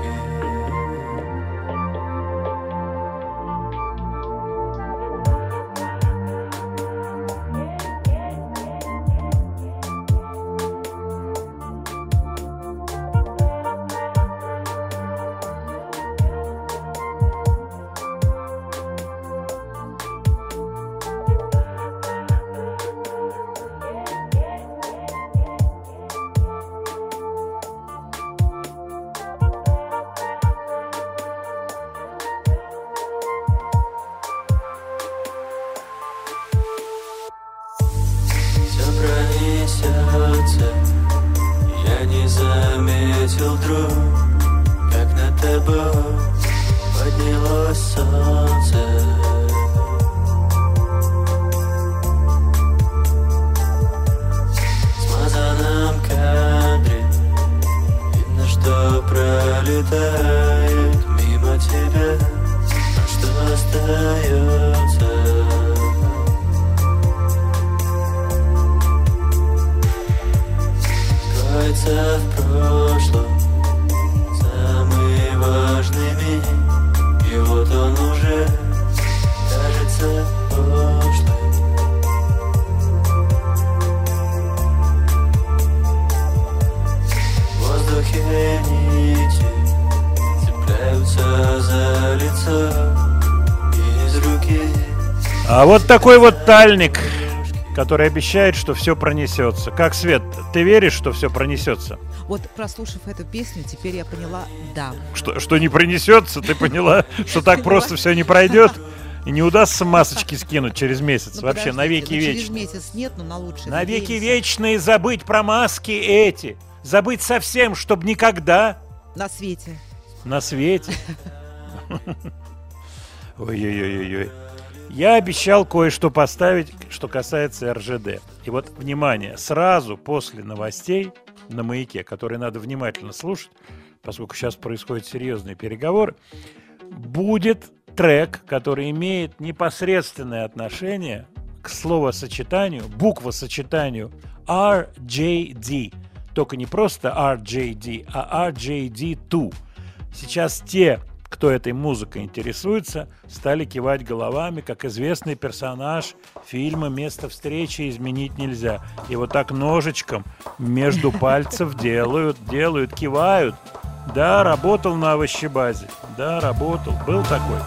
Пронесется, я не заметил вдруг, как над тобой поднялось солнце. В смазанном кадре видно, что пролетает мимо тебя, а что остается? В прошлом самый важный миг, и вот он уже кажется пошлым. В воздухе нити цепляются за лицо, и из руки А вот такой вот тальник, который обещает, что все пронесется. Как, Свет, ты веришь, что все пронесется? Вот, прослушав эту песню, теперь я поняла, да. Что, что не пронесется, ты поняла, что так просто все не пройдет? И не удастся масочки скинуть через месяц, Ну, вообще, навеки подождите, ну, через вечные. месяц нет, но на лучшее Навеки надеемся. вечные забыть про маски эти. Забыть совсем, чтобы никогда На свете. на свете. Ой-ой-ой-ой. Я обещал кое-что поставить, что касается эр жэ дэ. И вот, внимание, сразу после новостей на «Маяке», которые надо внимательно слушать, поскольку сейчас происходят серьезные переговоры, будет трек, который имеет непосредственное отношение к словосочетанию, буквосочетанию ар джей ди. Только не просто ар джей ди, а ар джей ди два. Сейчас те, кто этой музыкой интересуется, стали кивать головами, как известный персонаж фильма «Место встречи изменить нельзя». И вот так ножичком между пальцев делают, делают, кивают. Да, работал на овощебазе. Да, работал. Был такой.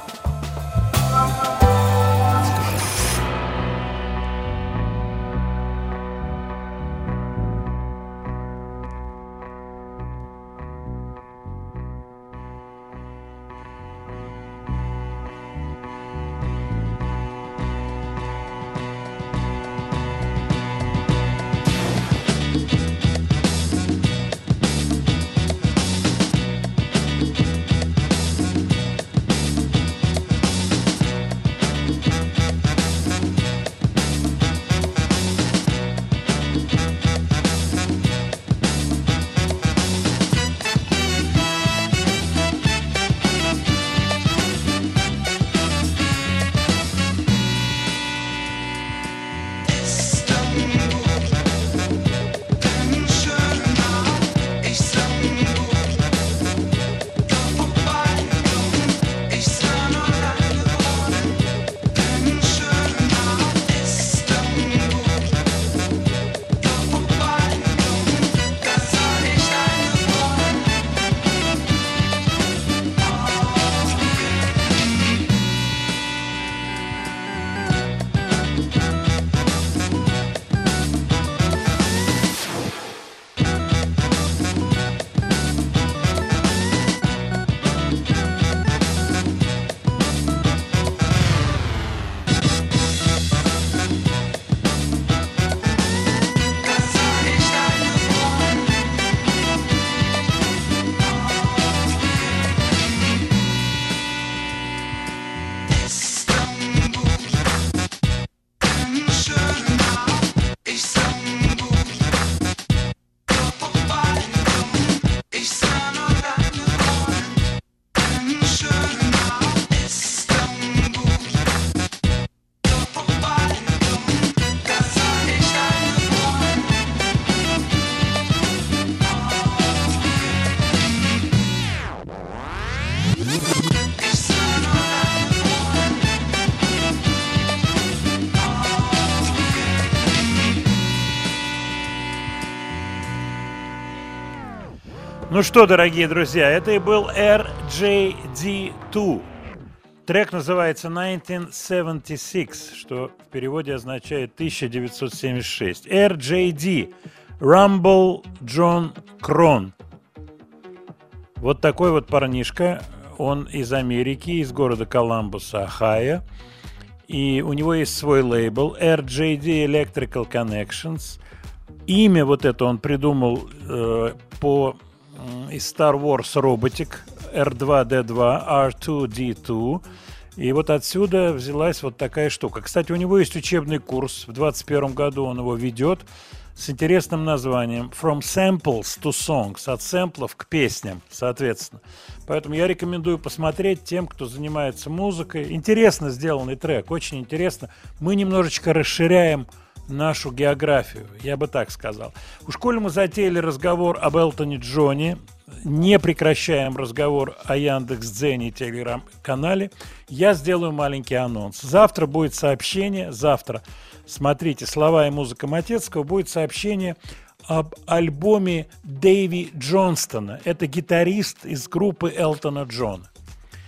Ну что, дорогие друзья, это и был эр джей ди два. Трек называется nineteen seventy-six, что в переводе означает тысяча девятьсот семьдесят шесть. эр джей ди. Rumble Джон Крон. Вот такой вот парнишка. Он из Америки, из города Коламбуса, Ohio. И у него есть свой лейбл эр джей ди Electrical Connections. Имя вот это он придумал э, по э, из Star Wars Robotic эр два ди два, ар два ди два. И вот отсюда взялась вот такая штука. Кстати, у него есть учебный курс. В двадцать первом году он его ведет с интересным названием From Samples to Songs. От сэмплов к песням, соответственно. Поэтому я рекомендую посмотреть тем, кто занимается музыкой. Интересно сделанный трек, очень интересно. Мы немножечко расширяем нашу географию, я бы так сказал. Уж коли мы затеяли разговор об Элтоне Джоне, не прекращаем разговор о Яндекс.Дзене и Телеграм-канале, я сделаю маленький анонс. Завтра будет сообщение, завтра, смотрите, «Слова и музыка Матецкого», будет сообщение об альбоме Дэйви Джонстона. Это гитарист из группы Элтона Джона.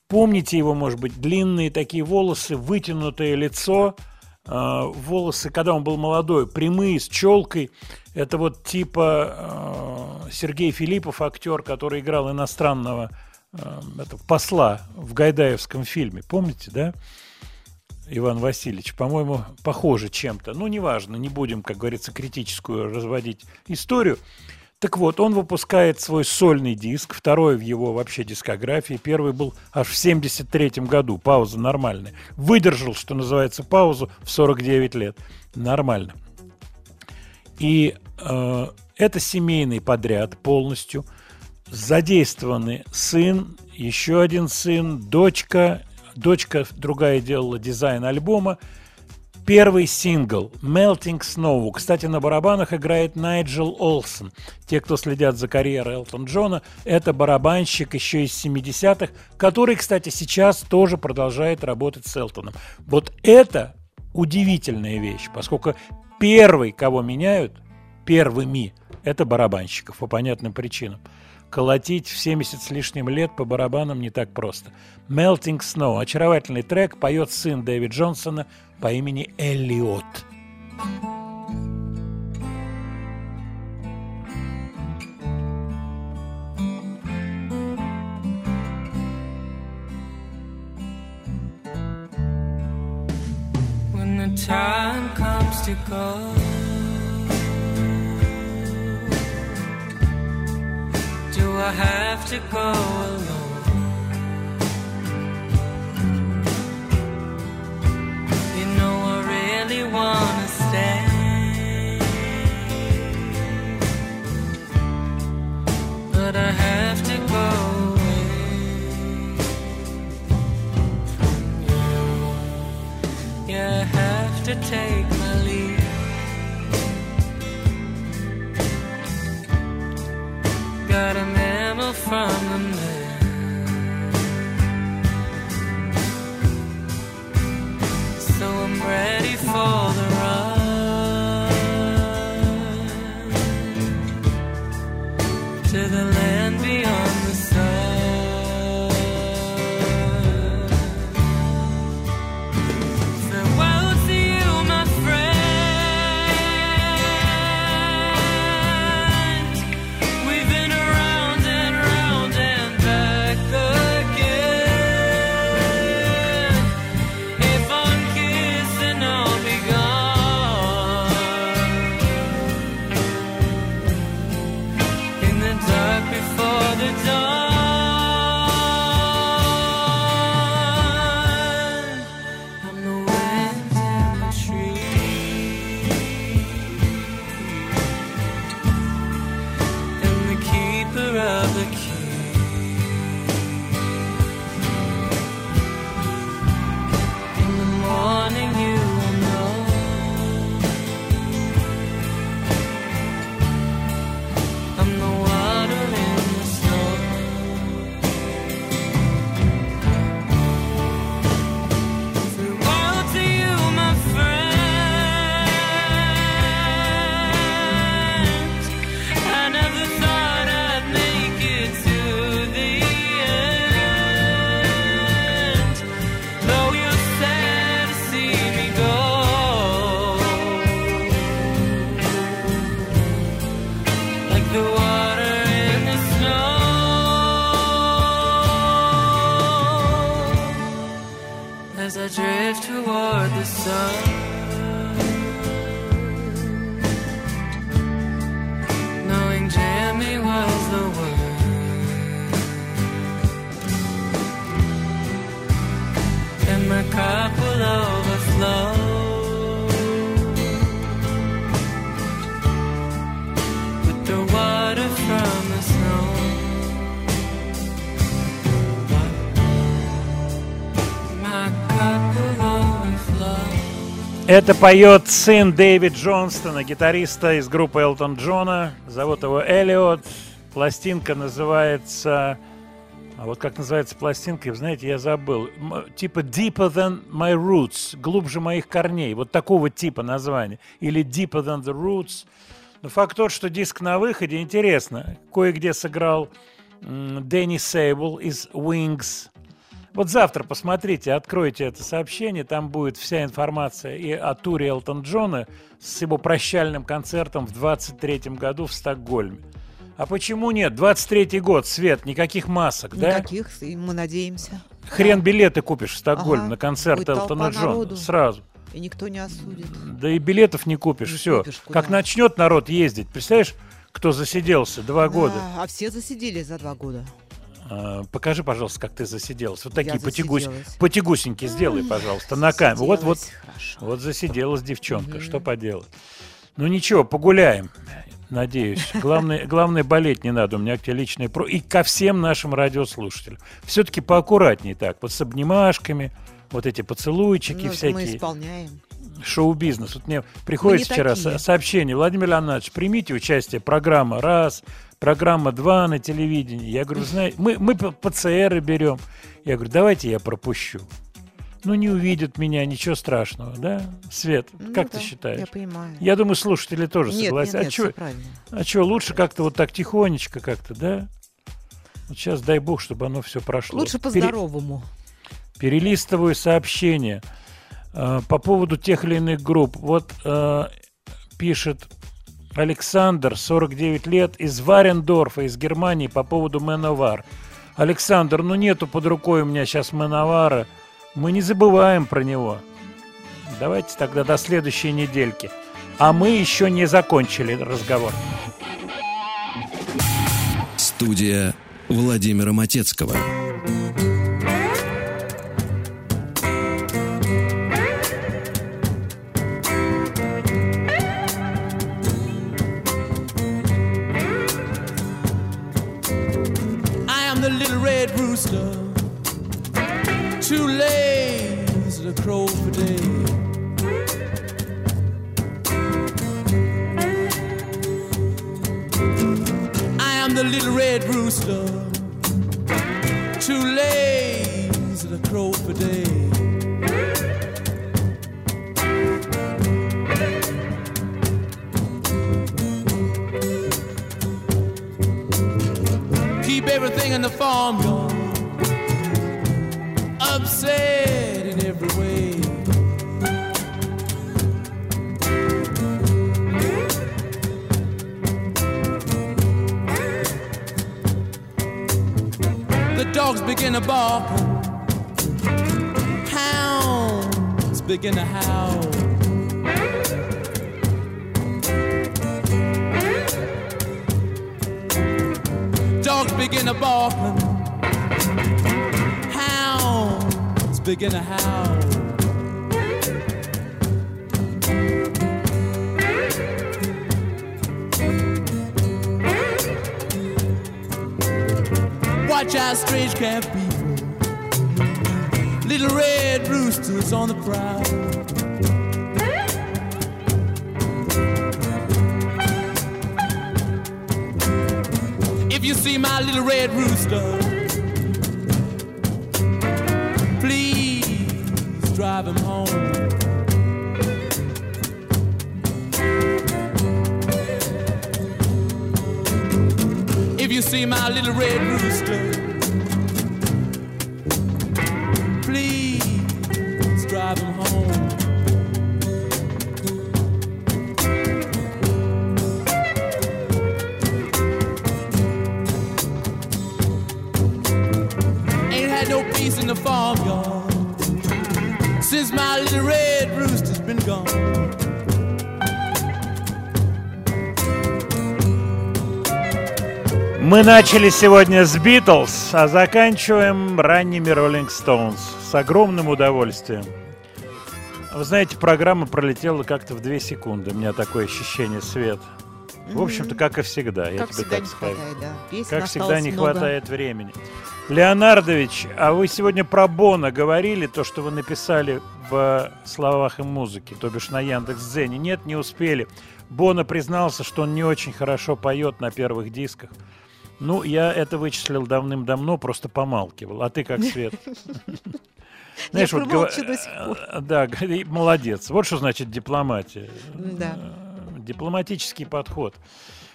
Помните его, может быть, длинные такие волосы, вытянутое лицо, э, волосы, когда он был молодой, прямые, с челкой. Это вот типа э, Сергей Филиппов, актер, который играл иностранного э, это, посла в гайдаевском фильме. Помните, да? Иван Васильевич, по-моему, похоже чем-то. Ну, неважно, не будем, как говорится, критическую разводить историю. Так вот, он выпускает свой сольный диск, второй в его вообще дискографии. Первый был аж в семьдесят третьем году, пауза нормальная. Выдержал, что называется, паузу в сорок девять лет. Нормально. И э, это семейный подряд полностью. Задействованы сын, еще один сын, дочка. Дочка другая делала дизайн альбома. Первый сингл «Melting Snow». Кстати, на барабанах играет Найджел Олсен. Те, кто следят за карьерой Элтона Джона, это барабанщик еще из семидесятых, который, кстати, сейчас тоже продолжает работать с Элтоном. Вот это удивительная вещь, поскольку первый, кого меняют, первыми, это барабанщиков по понятным причинам. Колотить в семьдесят с лишним лет по барабанам не так просто. «Melting Snow» – очаровательный трек, поет сын Дэвид Джонсона по имени Эллиот. When the time comes to go, do I have to go alone? You know I really wanna stay, but I have to go away from you. Yeah, I have to take my leave. Got a memo from the man, so I'm ready for the run to the land beyond the sun. Farewell to you, my friend. As I drift toward the sun, knowing Jimmy was the one, and my cup will overflow with the water from the snow. Это поет сын Дэвид Джонстона, гитариста из группы Элтон Джона. Зовут его Эллиот. Пластинка называется... А вот как называется пластинка, знаете, я забыл. Типа Deeper Than My Roots. Глубже моих корней. Вот такого типа названия. Или Deeper Than The Roots. Но факт тот, что диск на выходе. Интересно. Кое-где сыграл Дэнни Сейбл из Wings. Вот завтра посмотрите, откройте это сообщение, там будет вся информация и о туре Элтон Джона с его прощальным концертом в двадцать третьем году в Стокгольме. А почему нет? двадцать третий год, Свет, никаких масок, да? Никаких, и мы надеемся. Хрен билеты купишь в Стокгольм Ага, на концерт будет Элтона толпа Джона. народу. Сразу. И никто не осудит. Да и билетов не купишь, Не все. купишь, куда? Как начнет народ ездить, представляешь, кто засиделся два Да, года. а все засиделись за два года. А, покажи, пожалуйста, как ты засиделась. Вот такие Я потягусь, засиделась. потягусеньки сделай, пожалуйста, на камеру. Вот, вот, Засиделась, хорошо. вот засиделась девчонка, Мгм. что поделать. Ну ничего, погуляем, надеюсь. Главное, главное, болеть не надо, у меня к тебе личные про... И ко всем нашим радиослушателям. Все-таки поаккуратней так, вот с обнимашками, вот эти поцелуйчики Ну, это мы всякие. исполняем. Шоу-бизнес. Вот мне приходит не вчера такие. со- сообщение: Владимир Леонидович, примите участие, программа раз, программа два на телевидении. Я говорю, знаете, мы, мы п- ПЦРы берем. Я говорю, давайте я пропущу. Ну, не увидят меня, ничего страшного, да? Свет, Ну как да, ты считаешь? Я понимаю. Я думаю, слушатели тоже Нет, согласятся. нет, нет, а чё- всё правильно. а что, лучше как-то вот так тихонечко как-то, да? Вот сейчас дай бог, чтобы оно все прошло. Лучше Пере- по-здоровому. Перелистываю сообщение э, по поводу тех или иных групп. Вот э, пишет Александр, сорок девять лет, из Варендорфа, из Германии, по поводу Мэновар. Александр, ну нету под рукой у меня сейчас Мэновара. Мы не забываем про него. Давайте тогда до следующей недельки. А мы еще не закончили разговор. Студия Владимира Матецкого. I am the little red rooster, too lazy to crow for day. I am the little red rooster, too lazy to crow for day. Keep everything in the farmyard upset in every way. The dogs begin to bark, hounds begin to howl. Dogs begin to bark, hounds begin to howl. Watch out, strange camp people, little red roosters on the prowl. If you see my little red rooster, please drive him home. If you see my little red rooster, please drive him home. Ain't had no peace in the farmyard since my little red rooster's been gone. Мы начали сегодня с Битлз, а заканчиваем ранними Роллинг Стоунс. С огромным удовольствием. Вы знаете, программа пролетела как-то в две секунды. У меня такое ощущение, Свет. В общем-то, как и всегда, я Как тебе всегда так не скажу. хватает, да. Песен Как всегда осталось не много. хватает времени. Леонардович, а вы сегодня про Бона говорили, то, что вы написали в словах и музыке, то бишь на Яндекс.Дзене? Нет, не успели. Бона признался, что он не очень хорошо поет на первых дисках. Ну, я это вычислил давным-давно, просто помалкивал. А ты как, Свет? Я вот промолчу гова- до сих пор. Да, г- молодец. Вот что значит дипломатия. Да. Дипломатический подход.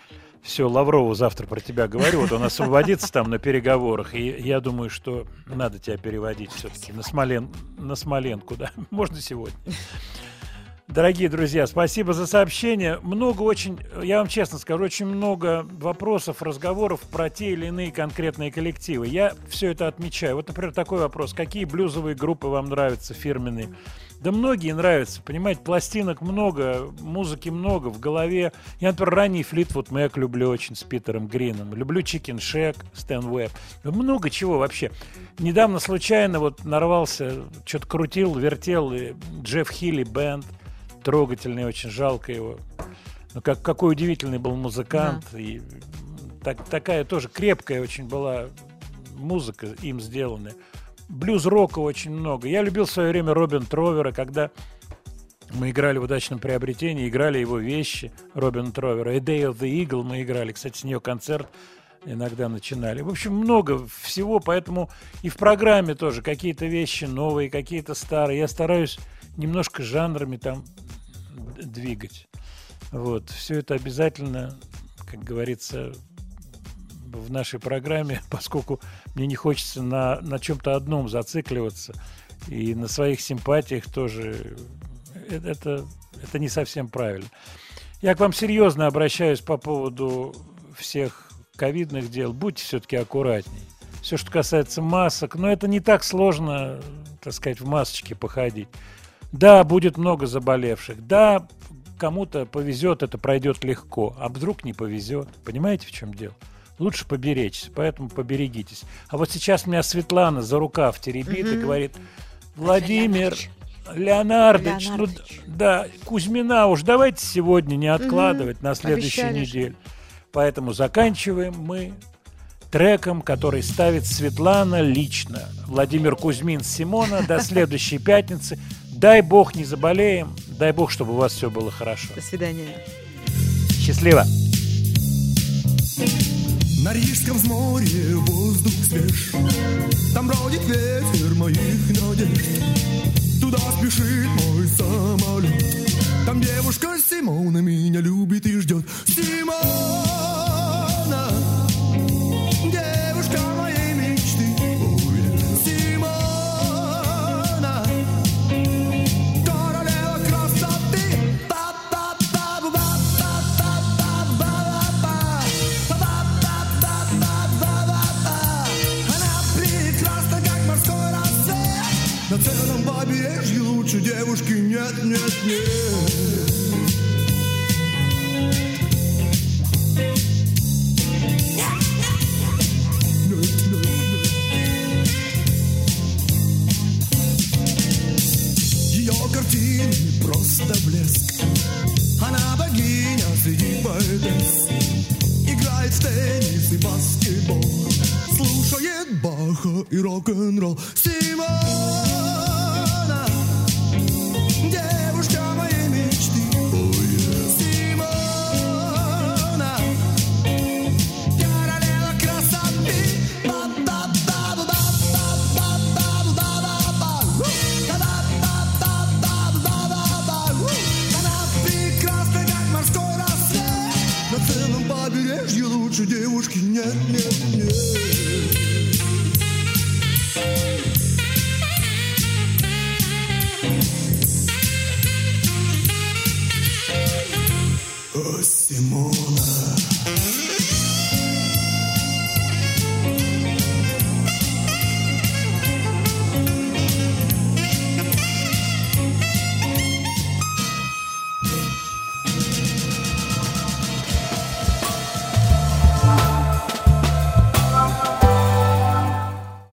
Все, Лаврову завтра про тебя говорю. Вот он освободится там на переговорах. И я думаю, что надо тебя переводить все-таки на, Смолен... на Смоленку. Да? Можно сегодня. Дорогие друзья, спасибо за сообщение. Много очень, я вам честно скажу, очень много вопросов, разговоров про те или иные конкретные коллективы. Я все это отмечаю. Вот, например, такой вопрос. Какие блюзовые группы вам нравятся, фирменные? Да многие нравятся, понимаете, пластинок много, музыки много в голове. Я, например, ранний Флитвуд Мэк люблю очень с Питером Грином. Люблю Chicken Shack, Стэн Уэбб. Много чего вообще. Недавно случайно вот нарвался, что-то крутил, вертел, и Джефф Хилли Бэнд. Трогательный, очень жалко его. Но как, какой удивительный был музыкант. Да. И так, такая тоже крепкая очень была музыка им сделанная. Блюз-рока очень много. Я любил в свое время Робин Тровера, когда мы играли в «Удачном приобретении», играли его вещи Робин Тровера. «A Day of the Eagle» мы играли. Кстати, с нее концерт иногда начинали. В общем, много всего, поэтому и в программе тоже какие-то вещи новые, какие-то старые. Я стараюсь немножко жанрами там двигать. Вот. Все это обязательно, как говорится, в нашей программе, поскольку мне не хочется на, на чем-то одном зацикливаться, и на своих симпатиях тоже, это, это не совсем правильно. Я к вам серьезно обращаюсь по поводу всех ковидных дел. Будьте все-таки аккуратней. Все, что касается масок, но это не так сложно, так сказать, в масочке походить. Да, будет много заболевших. Да, кому-то повезет, это пройдет легко. А вдруг не повезет? Понимаете, в чем дело? Лучше поберечься, поэтому поберегитесь. А вот сейчас меня Светлана за рукав теребит mm-hmm. и говорит: Владимир Леонардович, Леонардович. Ну, да, Кузьмина уж давайте сегодня не откладывать mm-hmm. на следующую Обещали неделю. Же. Поэтому заканчиваем мы треком, который ставит Светлана лично. Владимир Кузьмин, Симона. До следующей пятницы. Дай бог не заболеем. Дай бог, чтобы у вас все было хорошо. До свидания. Счастливо. На Рижском взморье воздух свеж, там бродит ветер моих надежд. Туда спешит мой самолет, там девушка Симона меня любит и ждет. Симона, девушка моей мечты. Симона, королева красоты. На целом побережье лучше девушки нет, нет, нет. Ее картины просто блеск. Она богиня среди поэтесс. Играет в теннис и баскетбол, слушает Баха и рок-н-ролл. Симона, девушка моей мечты. Симона, королева красоты. Она прекрасна, как морской рассвет. На целом побережье лучше девушки нет, нет, нет. Симона.